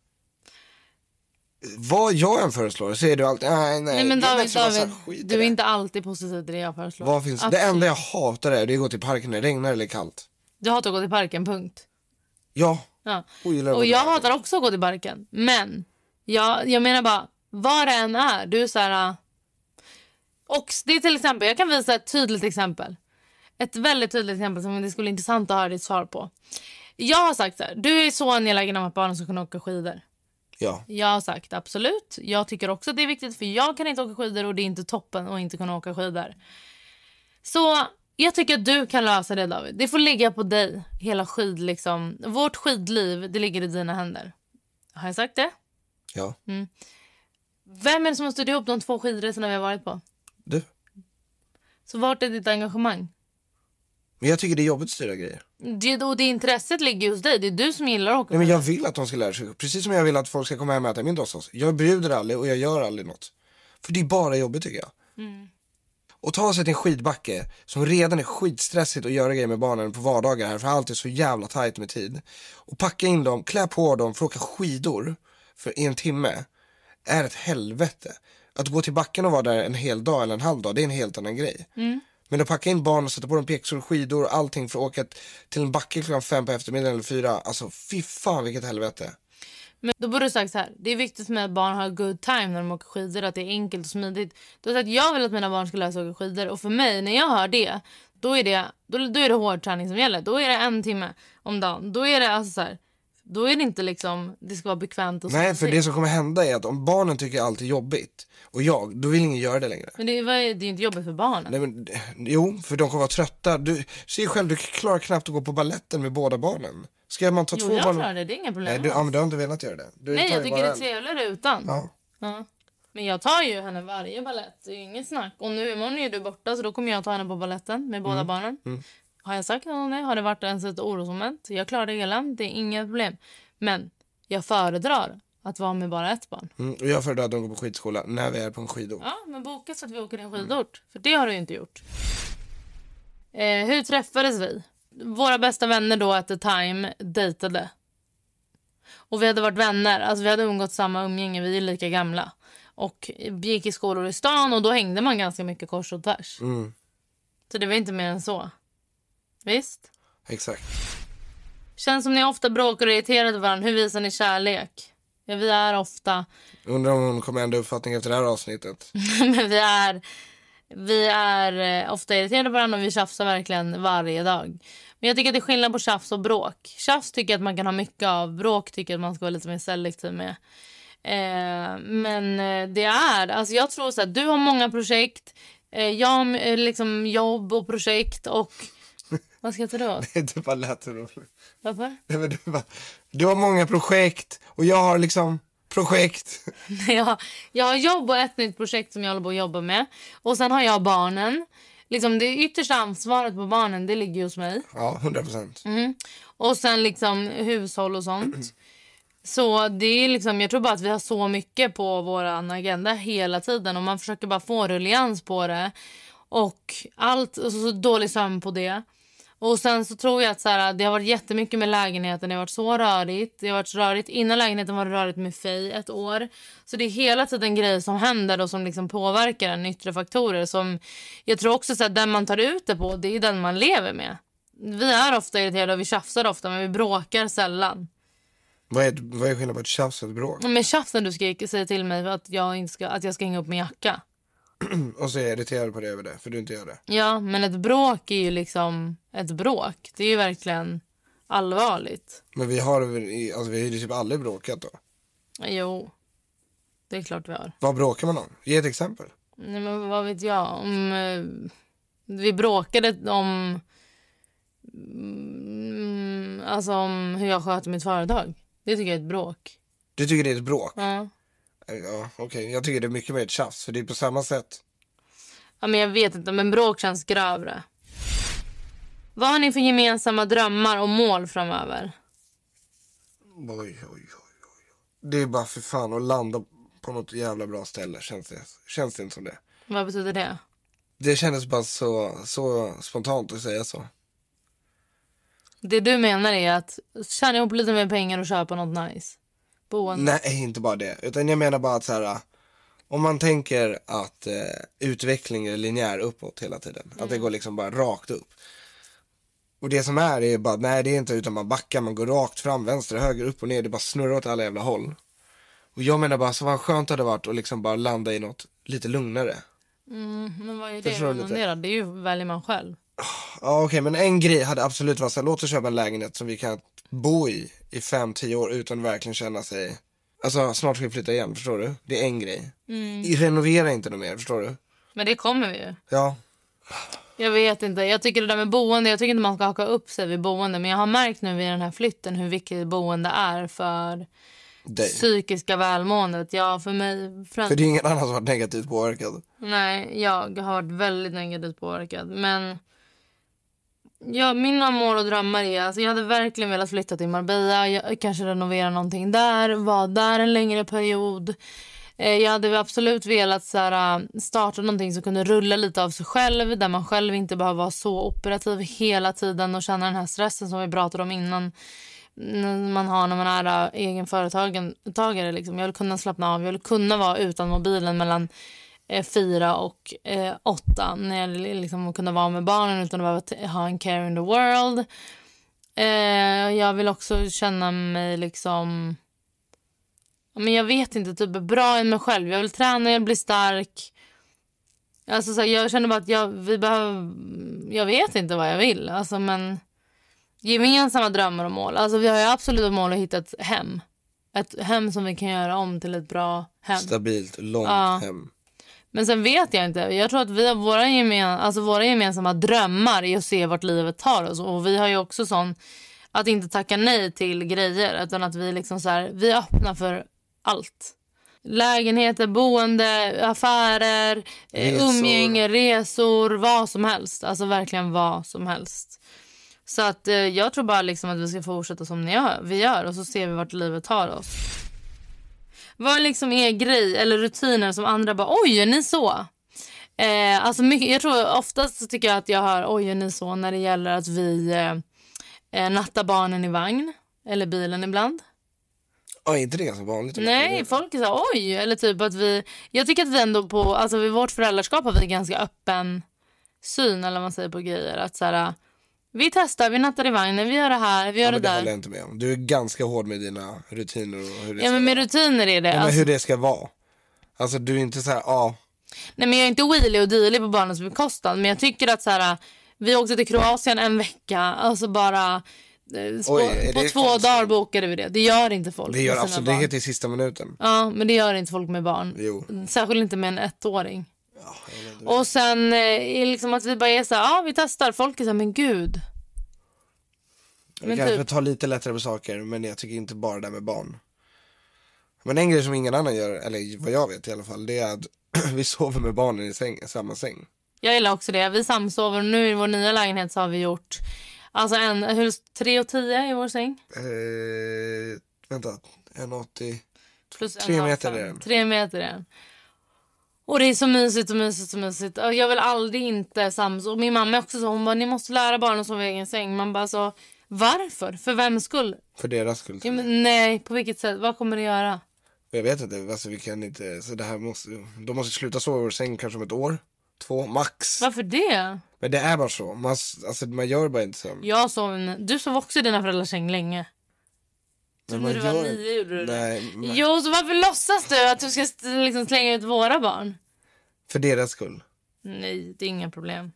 Vad jag än föreslår så är du alltid nej, nej. Nej men David, David du är det. inte alltid positiv till det jag föreslår. Vad finns? Det enda jag hatar är det är att gå till parken när det regnar eller kallt. Du hatar att gå till parken, punkt. Ja. ja. Och, och jag hatar också att gå till parken. Men jag, jag menar bara, vad det än är, du är så här. Och det är till exempel, jag kan visa ett tydligt exempel. Ett väldigt tydligt exempel som det skulle vara intressant att höra ditt svar på. Jag har sagt så här, du är så angelägen om att barnen ska kunna åka skidor. Ja. Jag har sagt absolut. Jag tycker också att det är viktigt, för jag kan inte åka skidor och det är inte toppen att inte kunna åka skidor. Så jag tycker att du kan lösa det, David. Det får ligga på dig. Hela skid liksom. Vårt skidliv, det ligger i dina händer. Har jag sagt det? Ja. Mm. Vem är det som har styrt ihop de två skidresorna vi har varit på? Du. Så vart är ditt engagemang? Men jag tycker det är jobbigt att styra grejer. Det, och det intresset ligger hos dig. Det är du som gillar att åka. Nej, men jag vill att de ska lära sig. Precis som jag vill att folk ska komma hem och äta min dossås. Jag bjuder aldrig och jag gör aldrig något. För det är bara jobbigt tycker jag. Mm. Och ta sig till en skidbacke som redan är skitstressigt att göra grejer med barnen på vardagar här. För allt är så jävla tajt med tid. Och packa in dem, klä på dem för att åka skidor för en timme är ett helvete. Att gå till backen och vara där en hel dag eller en halv dag, det är en helt annan grej. Mm. Men att packa in barn och sätta på dem pjäxor, skidor och allting för att åka till en backe klockan fem på eftermiddagen eller fyra. Alltså fy fan vilket helvete. Men då borde du sagt så här. Det är viktigt för mig att barn har good time när de åker skidor. Att det är enkelt och smidigt. Du har sagt jag vill att mina barn ska lära sig åka skidor. Och för mig, när jag hör det, då är det, då, då är det hård träning som gäller. Då är det en timme om dagen. Då är det alltså så här. Då är det inte liksom, det ska vara bekvämt och så. Nej, för det som kommer hända är att om barnen tycker allt är jobbigt och jag, då vill ingen göra det längre. Men det är, det är inte jobbigt för barnen. Nej, men, jo, för de kommer vara trötta. Du ser själv, du klarar knappt att gå på balletten med båda barnen. Ska man ta jo, två jag barn? klarar det, det är inga problem. Nej, du, ja, men du har inte velat göra det. Du Nej, jag tycker det är trevligare utan. Ja. Ja. Men jag tar ju henne varje ballett, det är ju inget snack. Och nu imorgon är du borta så då kommer jag ta henne på balletten med båda mm. barnen. Mm. Har jag sagt något? Nej, har det varit ens ett orosmoment? Jag klarar det hela, det är inga problem. Men jag föredrar att vara med bara ett barn. Mm, och jag föredrar att de går på skidskola när vi är på en skidort. Ja, men boka så att vi åker till en skidort. För det har du inte gjort. Eh, hur träffades vi? Våra bästa vänner då at the time dejtade. Och vi hade varit vänner. Alltså vi hade umgått samma umgänge. Vi är lika gamla. Och vi gick i skolor i stan och då hängde man ganska mycket kors och tvärs. Mm. Så det var inte mer än så. Visst? Exakt. Känns som ni ofta bråkar och irriterade varandra. Hur visar ni kärlek? Ja, vi är ofta... Undrar om hon kommer ändra uppfattning efter det här avsnittet. Men vi är... Vi är ofta irriterade på varandra och vi tjafsar verkligen varje dag. Men jag tycker att det är skillnad på tjafs och bråk. Tjafs tycker jag att man kan ha mycket av. Bråk tycker jag att man ska vara lite mer selektiv med. Eh, men det är... Alltså jag tror så att du har många projekt. Eh, jag har liksom jobb och projekt och... Vad ska jag ta då? Det bara lät roligt. Varför? Nej, men du, bara, du har många projekt och jag har liksom projekt. jag, jag har jobb och ett nytt projekt som jag håller på att jobba med. Och sen har jag barnen. Liksom det yttersta ansvaret på barnen, det ligger hos mig. Ja, hundra procent. Mm. Och sen liksom hushåll och sånt. Så det är liksom, jag tror bara att vi har så mycket på våran agenda hela tiden. Och man försöker bara få ruljans på det. Och allt, och så dålig sömn på det. Och sen så tror jag att så här, det har varit jättemycket med lägenheten. Det har varit så rörigt. Det har varit rörigt. Innan lägenheten var det rörigt med Fej ett år. Så det är hela tiden grejer som händer och som liksom påverkar en, yttre faktorer. Som jag tror också så att den man tar ut det på, det är den man lever med. Vi är ofta irriterade och vi tjafsar ofta, men vi bråkar sällan. Vad är, vad är skillnad på ett tjafs och ett bråk? Men tjafsen du ska säga till mig att jag, inte ska, att jag ska hänga upp min jacka. Och så är jag irriterad på det över det, för du inte gör det. Ja, men ett bråk är ju liksom ett bråk. Det är ju verkligen allvarligt. Men vi har, alltså vi har ju typ aldrig bråkat då. Jo, det är klart vi har. Vad bråkar man om? Ge ett exempel. Nej, men vad vet jag? Om, eh, vi bråkade om, mm, alltså om hur jag sköter mitt företag. Det tycker jag är ett bråk. Du tycker det är ett bråk? Ja. Ja, okej. Okay. Jag tycker det är mycket mer ett tjafs, för det är på samma sätt. Ja, men jag vet inte, men bråk känns grövre. Vad har ni för gemensamma drömmar och mål framöver? Oj, oj, oj, oj. Det är bara för fan att landa på något jävla bra ställe, känns det, känns det inte som det. Vad betyder det? Det kändes bara så, så spontant att säga så. Det du menar är att tjäna ihop lite mer pengar och köpa något nice? Boende? Nej, inte bara det. Utan jag menar bara att så här, om man tänker att eh, utveckling är linjär uppåt hela tiden. Mm. Att det går liksom bara rakt upp. Och det som är är bara, nej det är inte utan man backar, man går rakt fram, vänster, höger, upp och ner. Det bara snurrar åt alla jävla håll. Och jag menar bara, så vad skönt hade det varit att liksom bara landa i något lite lugnare. Mm, men vad är det? Det? det är ju väljer man själv. Ja okej, okay, men en grej hade absolut varit så här, låt oss köpa en lägenhet som vi kan bo i i fem, tio år utan verkligen känna sig, alltså snart ska vi flytta igen, förstår du? Det är en grej. Mm. Renovera inte något mer, förstår du? Men det kommer vi ju. Ja. Jag vet inte, jag tycker det där med boende, jag tycker inte man ska haka upp sig vid boende, men jag har märkt nu vid den här flytten hur viktigt boende är för dig. Psykiska välmåendet. Ja, för mig. Fram... För det är ingen annan som har varit negativt påverkad. Nej, jag har varit väldigt negativt påverkad. Men ja, mina mål och drömmar är, alltså jag hade verkligen velat flytta till Marbella. Jag, kanske renovera någonting där, vara där en längre period. Jag hade absolut velat så här, starta någonting som kunde rulla lite av sig själv. Där man själv inte behöver vara så operativ hela tiden och känna den här stressen som vi pratade om innan. Man har när man är egen företagare. Liksom. Jag vill kunna slappna av. Jag vill kunna vara utan mobilen mellan eh, fyra och eh, åtta. När jag liksom kunna vara med barnen utan att behöva ha en care in the world. Eh, jag vill också känna mig liksom... Men jag vet inte, typ bra i mig själv. Jag vill träna, jag vill bli stark. Alltså så här, jag känner bara att jag, vi behöver, jag vet inte vad jag vill. Alltså men gemensamma drömmar och mål. Alltså vi har ju absolut mål att hitta ett hem. Ett hem som vi kan göra om till ett bra hem. Stabilt, långt ja. Hem. Men sen vet jag inte. Jag tror att vi har våra, gemen, alltså våra gemensamma drömmar i att se vart livet tar oss. Och vi har ju också sån att inte tacka nej till grejer. Utan att vi liksom så här, vi är öppna för allt. Lägenheter, boende, affärer, resor. Umgänge, resor, vad som helst. Alltså verkligen vad som helst. Så att eh, jag tror bara liksom att vi ska fortsätta som ni gör, vi gör. Och så ser vi vart livet tar oss. Vad liksom är grej eller rutiner som andra bara, oj, är ni så? Eh, alltså mycket, jag tror oftast tycker jag att jag hör, oj, är ni så? När det gäller att vi eh, nattar barnen i vagn. Eller bilen ibland. Ja, inte det ganska vanligt? Nej, folk är så oj. Eller typ att vi... Jag tycker att vi ändå på... Alltså vid vårt föräldraskap har vi ganska öppen syn, eller vad man säger, på grejer. Att så här, vi testar, vi nattar i vagnen, vi gör det här, vi gör ja, det, det där. Det håller jag inte med om. Du är ganska hård med dina rutiner och hur det ja, men med vara. Rutiner är det. Ja, men alltså... hur det ska vara. Alltså du är inte så här, ja. Nej, men jag är inte wheelie och dealig på barnens bekostnad. Men jag tycker att så här, vi åkte till Kroatien en vecka. Alltså bara... På, Oj, på två konstigt? Dagar bokade vi det. Det gör inte folk. Det gör absolut, det heter i sista minuten. Ja, men det gör inte folk med barn. Jo. Särskilt inte med en ettåring. Ja, och sen är liksom att vi bara är så här, ja vi testar. Folk är så här, men gud. Jag men kanske typ... ta lite lättare på saker, men jag tycker inte bara det med barn. Men en grej som ingen annan gör, eller vad jag vet i alla fall, det är att vi sover med barnen i säng, samma säng. Jag gillar också det. Vi samsover. Nu i vår nya lägenhet så har vi gjort alltså en, hur, tre och tio i vår säng? Eh, vänta, en åttio. Plus tre en meter är den. Tre meter är den. Och det är så mysigt och mysigt och mysigt. Jag vill aldrig inte sams. Och min mamma är också så, hon bara, ni måste lära barnen att sova i egen säng. Man bara så, varför? För vems skull? För deras skull. Ja, men, nej, på vilket sätt? Vad kommer det göra? Jag vet inte, alltså vi kan inte, så det här måste, de måste sluta sova i vår säng kanske om ett år. Två, max. Varför det? Men det är bara så. Man, alltså, man gör bara inte så. Jag sov, du sov också i dina föräldrars säng länge. Så när du var nio gjorde du nej, det. Men... Jo, så varför låtsas du att du ska liksom slänga ut våra barn? För deras skull. Nej, det är inga problem.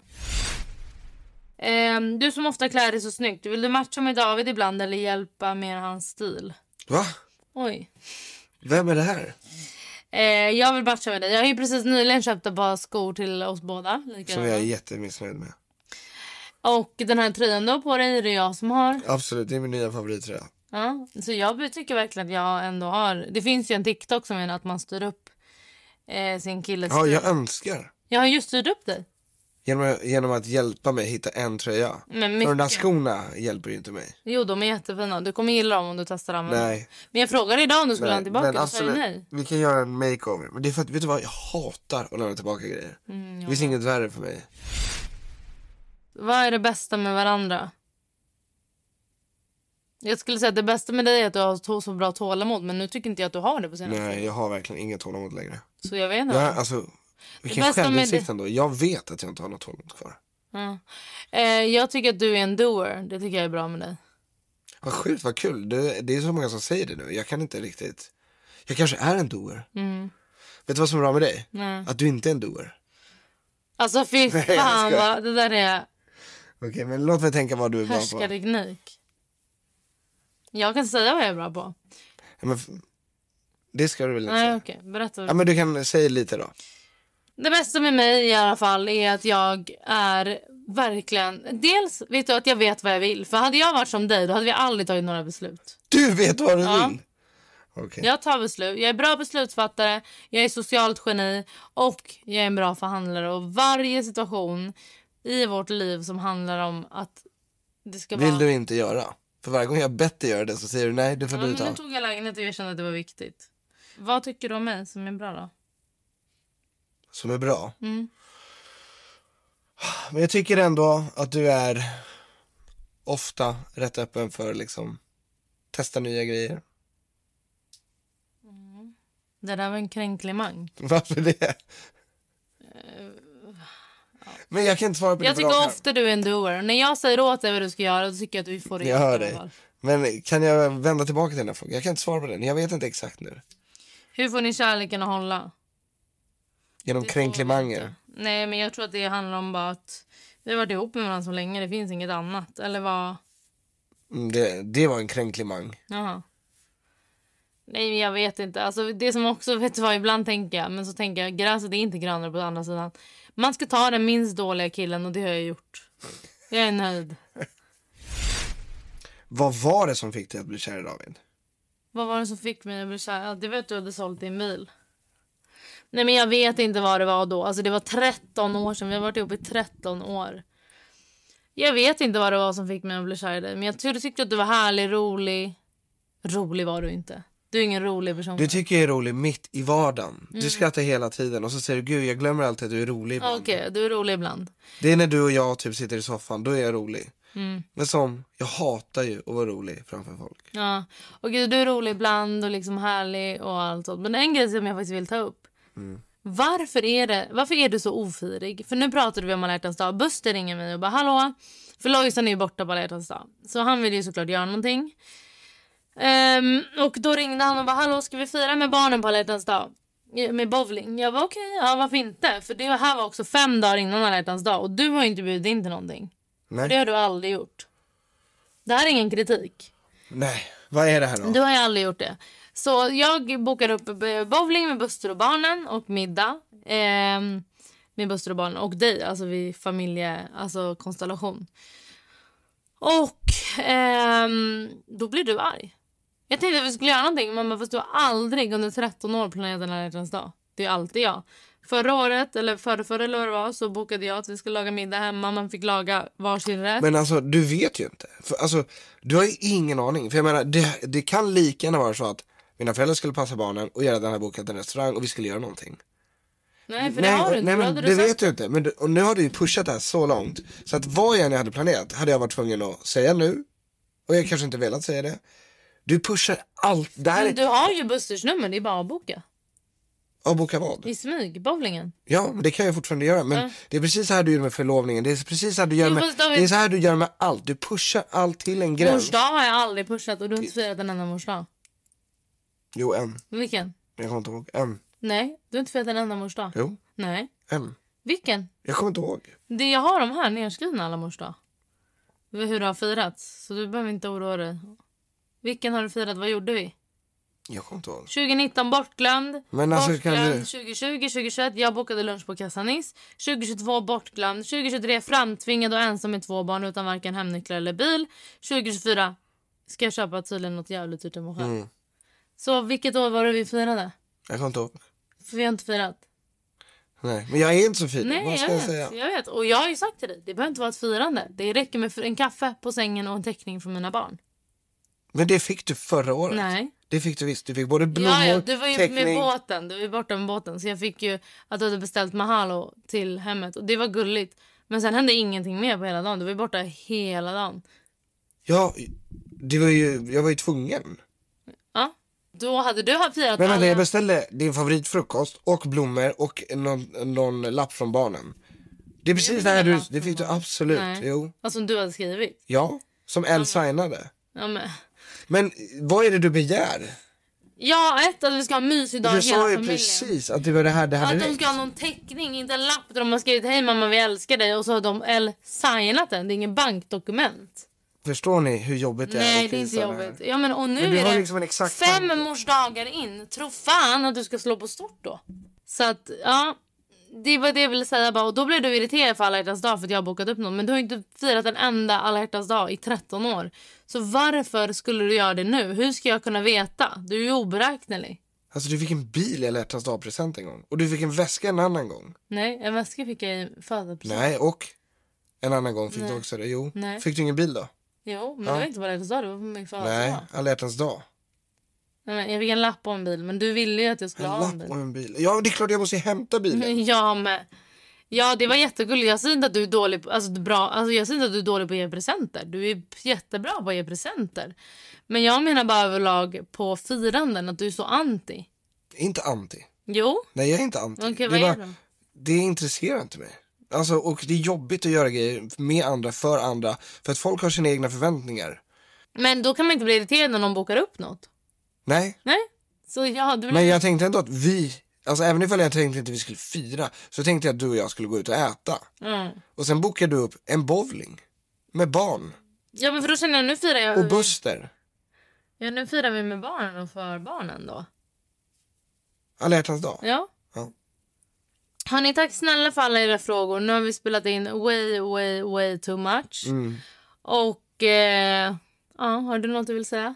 Eh, du som ofta klär dig så snyggt. Vill du matcha med David ibland eller hjälpa med hans stil? Va? Oj. Vem är det här? Eh, jag vill matcha med dig. Jag har ju precis nyligen köpt ett par skor till oss båda. Som jag är jättemissnöjd med. Och den här tröjan då på dig är det jag som har. Absolut, det är min nya favorittröja. Ja, så jag tycker verkligen att jag ändå har... Det finns ju en TikTok som menar att man styr upp eh, sin killes... Ja, jag önskar. Jag har just styrt upp dig. Genom, genom att hjälpa mig hitta en tröja. Men För de där mycket. skorna hjälper ju inte mig. Jo, de är jättefina. Du kommer gilla dem om du testar dem. Nej. Men jag frågade idag om du skulle Nej, lämna tillbaka. men Du sa ju absolut. nej. Vi kan göra en makeover. Men det är för att, vet du vad, jag hatar att lämna tillbaka grejer. Mm, Det finns inget värre för mig. Vad är det bästa med varandra? Jag skulle säga att det bästa med dig är att du har så bra tålamod. Men nu tycker inte jag att du har det på senaste. Nej, jag har verkligen inget tålamod längre. Så jag vet inte. Jag, alltså, vilken bästa med självinsikt det- ändå. Jag vet att jag inte har något tålamod kvar. Ja. Eh, jag tycker att du är en doer. Det tycker jag är bra med dig. Vad sjukt, vad kul. Det, det är så många som säger det nu. Jag kan inte riktigt. Jag kanske är en doer. Mm. Vet du vad som är bra med dig? Nej. Att du inte är en doer. Alltså fy Nej, jag fan skojar. vad, det där är Okej, men låt mig tänka vad du är bra på. härskarteknik. Jag kan säga vad jag är bra på. Ja, men, f- det ska du väl inte Nej säga? okej, berätta. Ja, men du kan säga lite då. Det bästa med mig i alla fall är att jag är verkligen... Dels vet du att jag vet vad jag vill. För hade jag varit som dig då hade vi aldrig tagit några beslut. Du vet vad du Ja. vill. Okej. Jag tar beslut. Jag är bra beslutsfattare. Jag är socialt geni. Och jag är en bra förhandlare. Och varje situation i vårt liv som handlar om att det ska Vill vara... du inte göra? För varje gång jag bett dig göra det så säger du nej, det får Ja, du men ta. nu tog jag lägenhet och jag kände att det var viktigt. Vad tycker du om mig som är bra då? Som är bra. Mm. Men jag tycker ändå att du är ofta rätt öppen för liksom testa nya grejer. Det där var en kränklimang. Varför det? Men jag kan inte svara på Jag det på rak tycker arm. ofta du är en doer. När jag säger åt dig vad du ska göra, då tycker jag att du får det. Jag hör i alla dig. fall. Men kan jag vända tillbaka till den här frågan? Jag kan inte svara på den. Jag vet inte exakt nu. Hur får ni kärleken att hålla? Genom Det får kränklimanger. vi inte. Nej, men jag tror att det handlar om bara att vi har varit ihop med varandra så länge. Det finns inget annat. Eller vad? Mm, det, det var en kränklimang. Jaha. Nej, men jag vet inte. Alltså, det som också, vet du vad, ibland tänker jag. Men så tänker jag, gräset är inte grönare på andra sidan. Man ska ta den minst dåliga killen och det har jag gjort. Jag är nöjd. Vad var det som fick dig att bli kär i David? Vad var det som fick mig att bli kär? Ja, det vet du, hade sålt din bil. Nej, men jag vet inte vad det var då. Alltså det var tretton år sedan. Vi har varit ihop i tretton år. Jag vet inte vad det var som fick mig att bli kär i dig. Men jag tyckte, tyckte att du var härlig, rolig. Rolig var du inte. Du är ingen rolig person. Du tycker jag är rolig mitt i vardagen. Mm. Du skrattar hela tiden och så säger du, gud jag glömmer alltid att du är rolig ibland. Okej, du är rolig ibland. Det är när du och jag typ sitter i soffan, då är jag rolig. Mm. Men som, jag hatar ju att vara rolig framför folk. Ja, och gud, du är rolig ibland och liksom härlig och allt sånt. Men en grej som jag faktiskt vill ta upp. Mm. Varför är det, varför är du så ofirig? För nu pratade vi om alla hjärtans dag. Buster ringer mig och bara, hallå? För Lojsan är ju borta på alla hjärtans dag. Så han vill ju såklart göra någonting. Ehm, och då ringde han och bara, hallå, ska vi fira med barnen på alla hjärtans dag? Med bowling. Jag var okej, okay, ja varför inte? För det här var också fem dagar innan alla hjärtans dag. Och du har ju inte bjudit in till någonting. Nej. Det har du aldrig gjort. Det här är ingen kritik. Nej, vad är det här då? Du har ju aldrig gjort det. Så jag bokade upp bowling med Buster och barnen och middag eh, med Buster och barnen och dig, alltså vid familje, alltså konstellation. Och eh, då blir du arg. Jag tänkte att vi skulle göra någonting, men fast du har aldrig under tretton år planerat en alla hjärtans dag. Det är alltid jag. Förra året, eller förra, förra eller vad det var, så bokade jag att vi skulle laga middag hemma. Man fick laga varsin rätt. Men alltså, du vet ju inte. För, alltså, du har ju ingen aning. För jag menar, det, det kan lika gärna vara så att mina föräldrar skulle passa barnen och göra den här boken till en restaurang och vi skulle göra någonting. Nej, för det har du inte. Nej, Då men hade det du vet sagt du inte. Men du, och nu har du ju pushat det här så långt. Så att vad jag än hade planerat hade jag varit tvungen att säga nu. Och jag kanske inte velat säga det. Du pushar allt. Det här Men är... du har ju Busters nummer, det är bara att boka. Ja, boka vad? I smyg, bowlingen. Ja, men det kan jag fortfarande göra. Men Mm. det är precis så här du gör med förlovningen. Det är precis så här du gör Jo, med... fast David- Det är så här du gör med allt. Du pushar allt till en gräns. Mors dag har jag aldrig pushat och du har inte firat en enda mors dag. Jo, en. Vilken? Jag kommer inte ihåg. En. Nej, du har inte firat en enda mors dag. Jo, Nej. en. Vilken? Jag kommer inte ihåg. Det jag har de här nedskrivna alla mors dag. Hur det har firats. Så du behöver inte oroa dig. Vilken har du firat? Vad gjorde vi? Jag kommer inte ihåg. tjugonitton bortglömd. Men alltså, kan bortglömd du- tjugohundratjugo, tjugohundratjugoett. Jag bokade lunch på Cassanis. tjugohundratjugotvå bortglömd. tjugohundratjugotre framtvingad och ensam med två barn utan varken hemnycklar eller bil. tjugohundratjugofyra ska jag köpa tydligen något jävligt ut till mig själv. Mm. Så vilket år var det vi firade? Jag kommer inte ihåg. För vi har inte firat. Nej, men jag är inte så fin. Nej, Vad ska jag jag, vet, säga? jag vet. Och jag har ju sagt till dig, det behöver inte vara ett firande. Det räcker med en kaffe på sängen och en teckning från mina barn. Men det fick du förra året. Nej. Det fick du visst. Du fick både blommor, ja, ja, du var ju teckning. med båten. Du var ju borta med båten. Så jag fick ju att du hade beställt mahalo till hemmet. Och det var gulligt. Men sen hände ingenting mer på hela dagen. Du var ju borta hela dagen. Ja, det var ju, jag var ju tvungen. Ja, då hade du firat Men vänta, alla... jag beställde din favoritfrukost och blommor och någon, någon lapp från barnen. Det är precis det här du, det fick du absolut. Nej. Jo. Alltså som du hade skrivit. Ja, som Elle signade. Ja, men... Men vad är det du begär? Ja, ett att vi ska ha en mysig dag Du hela sa ju familjen. precis att det var det här det hade Att de räckt. ska ha någon teckning, inte en lapp där de har skrivit hej mamma vi älskar dig och så har de L signat den. Det är ingen bankdokument. Förstår ni hur jobbigt det är? Nej, att det är inte visa det här? jobbigt. Ja, men och nu Men du är har det liksom en exakt fem tanke. årsdagar in. Tro fan att du ska slå på stort då. Så att, ja, det var det jag ville säga bara. Och då blev du irriterad för alla hjärtans dag för att jag har bokat upp någon. Men du har inte firat en enda alla hjärtans dag i tretton år. Så varför skulle du göra det nu? Hur ska jag kunna veta? Du är ju oberäknelig. Alltså du fick en bil i alla hjärtans dag-present en gång. Och du fick en väska en annan gång. Nej, en väska fick jag i födelsedagspresent. Nej, och en annan gång fick Nej. du också det. Jo, Nej. fick du ingen bil då? Jo, men Ja. det var inte bara hjärtans dag, det var på min födelsedag. Nej, alla hjärtans dag. Nej, men jag fick en lapp på en bil, men du ville ju att jag skulle En ha en lapp bil. och en bil. Ja, det är klart jag måste hämta bilen. Ja, men... Ja, det var jättegulligt. Jag säger inte att du är dålig på, alltså, bra, alltså, jag säger inte att du är dålig på att ge presenter. Du är jättebra på att ge presenter. Men jag menar bara överlag på firanden att du är så anti. Inte anti. Jo. Nej, jag är inte anti. Okej, det, vad är är bara- det? det intresserar inte mig. Alltså, och det är jobbigt att göra grejer med andra, för andra. För att folk har sina egna förväntningar. Men då kan man inte bli irriterad när någon bokar upp något. Nej, Nej. Så ja, du vill... men jag tänkte ändå att vi... Alltså även ifall jag tänkte inte att vi skulle fira, så tänkte jag att du och jag skulle gå ut och äta. Mm. Och sen bokade du upp en bowling. Med barn. Ja, men för då känner jag, nu firar jag... Och Buster. Ja, nu firar vi med barnen och för barnen då. Alla hjärtans dag. Ja. Ja. Hörrni, tack snälla för alla era frågor. Nu har vi spelat in way, way, way too much. Mm. Och, eh, ja, har du något du vill säga?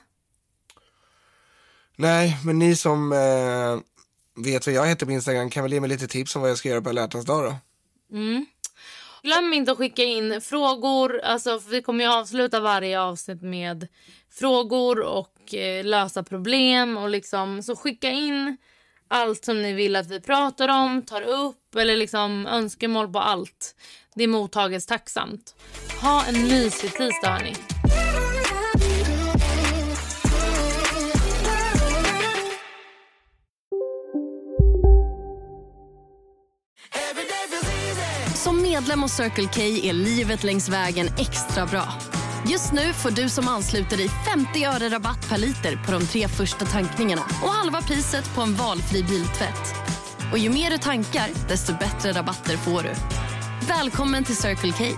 Nej, men ni som eh, vet vad jag heter på Instagram kan väl ge mig lite tips om vad jag ska göra på alla hjärtans dag då. Mm. Glöm inte att skicka in frågor. Alltså, för vi kommer ju avsluta varje avsnitt med frågor och eh, lösa problem. Och liksom, så skicka in allt som ni vill att vi pratar om, tar upp eller liksom önskemål på allt. Det är mottaget tacksamt. Ha en mysig tisdag, hörni. Som medlem hos Circle K är livet längs vägen extra bra. Just nu får du som ansluter dig femtio öre rabatt per liter på de tre första tankningarna och halva priset på en valfri biltvätt. Och ju mer du tankar, desto bättre rabatter får du. Välkommen till Circle K.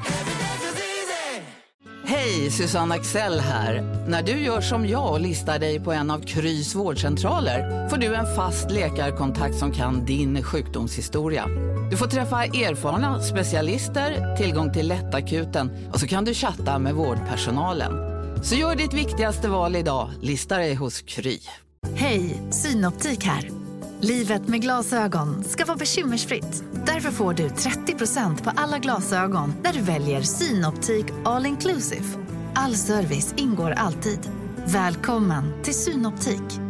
Hej, Susanne Axel här. När du gör som jag och listar dig på en av Krys vårdcentraler får du en fast läkarkontakt som kan din sjukdomshistoria. Du får träffa erfarna specialister, tillgång till lättakuten och så kan du chatta med vårdpersonalen. Så gör ditt viktigaste val idag, lista dig hos Kry. Hej, Synoptik här. Livet med glasögon ska vara bekymmersfritt. Därför får du trettio procent på alla glasögon när du väljer Synoptik All Inclusive. All service ingår alltid. Välkommen till Synoptik.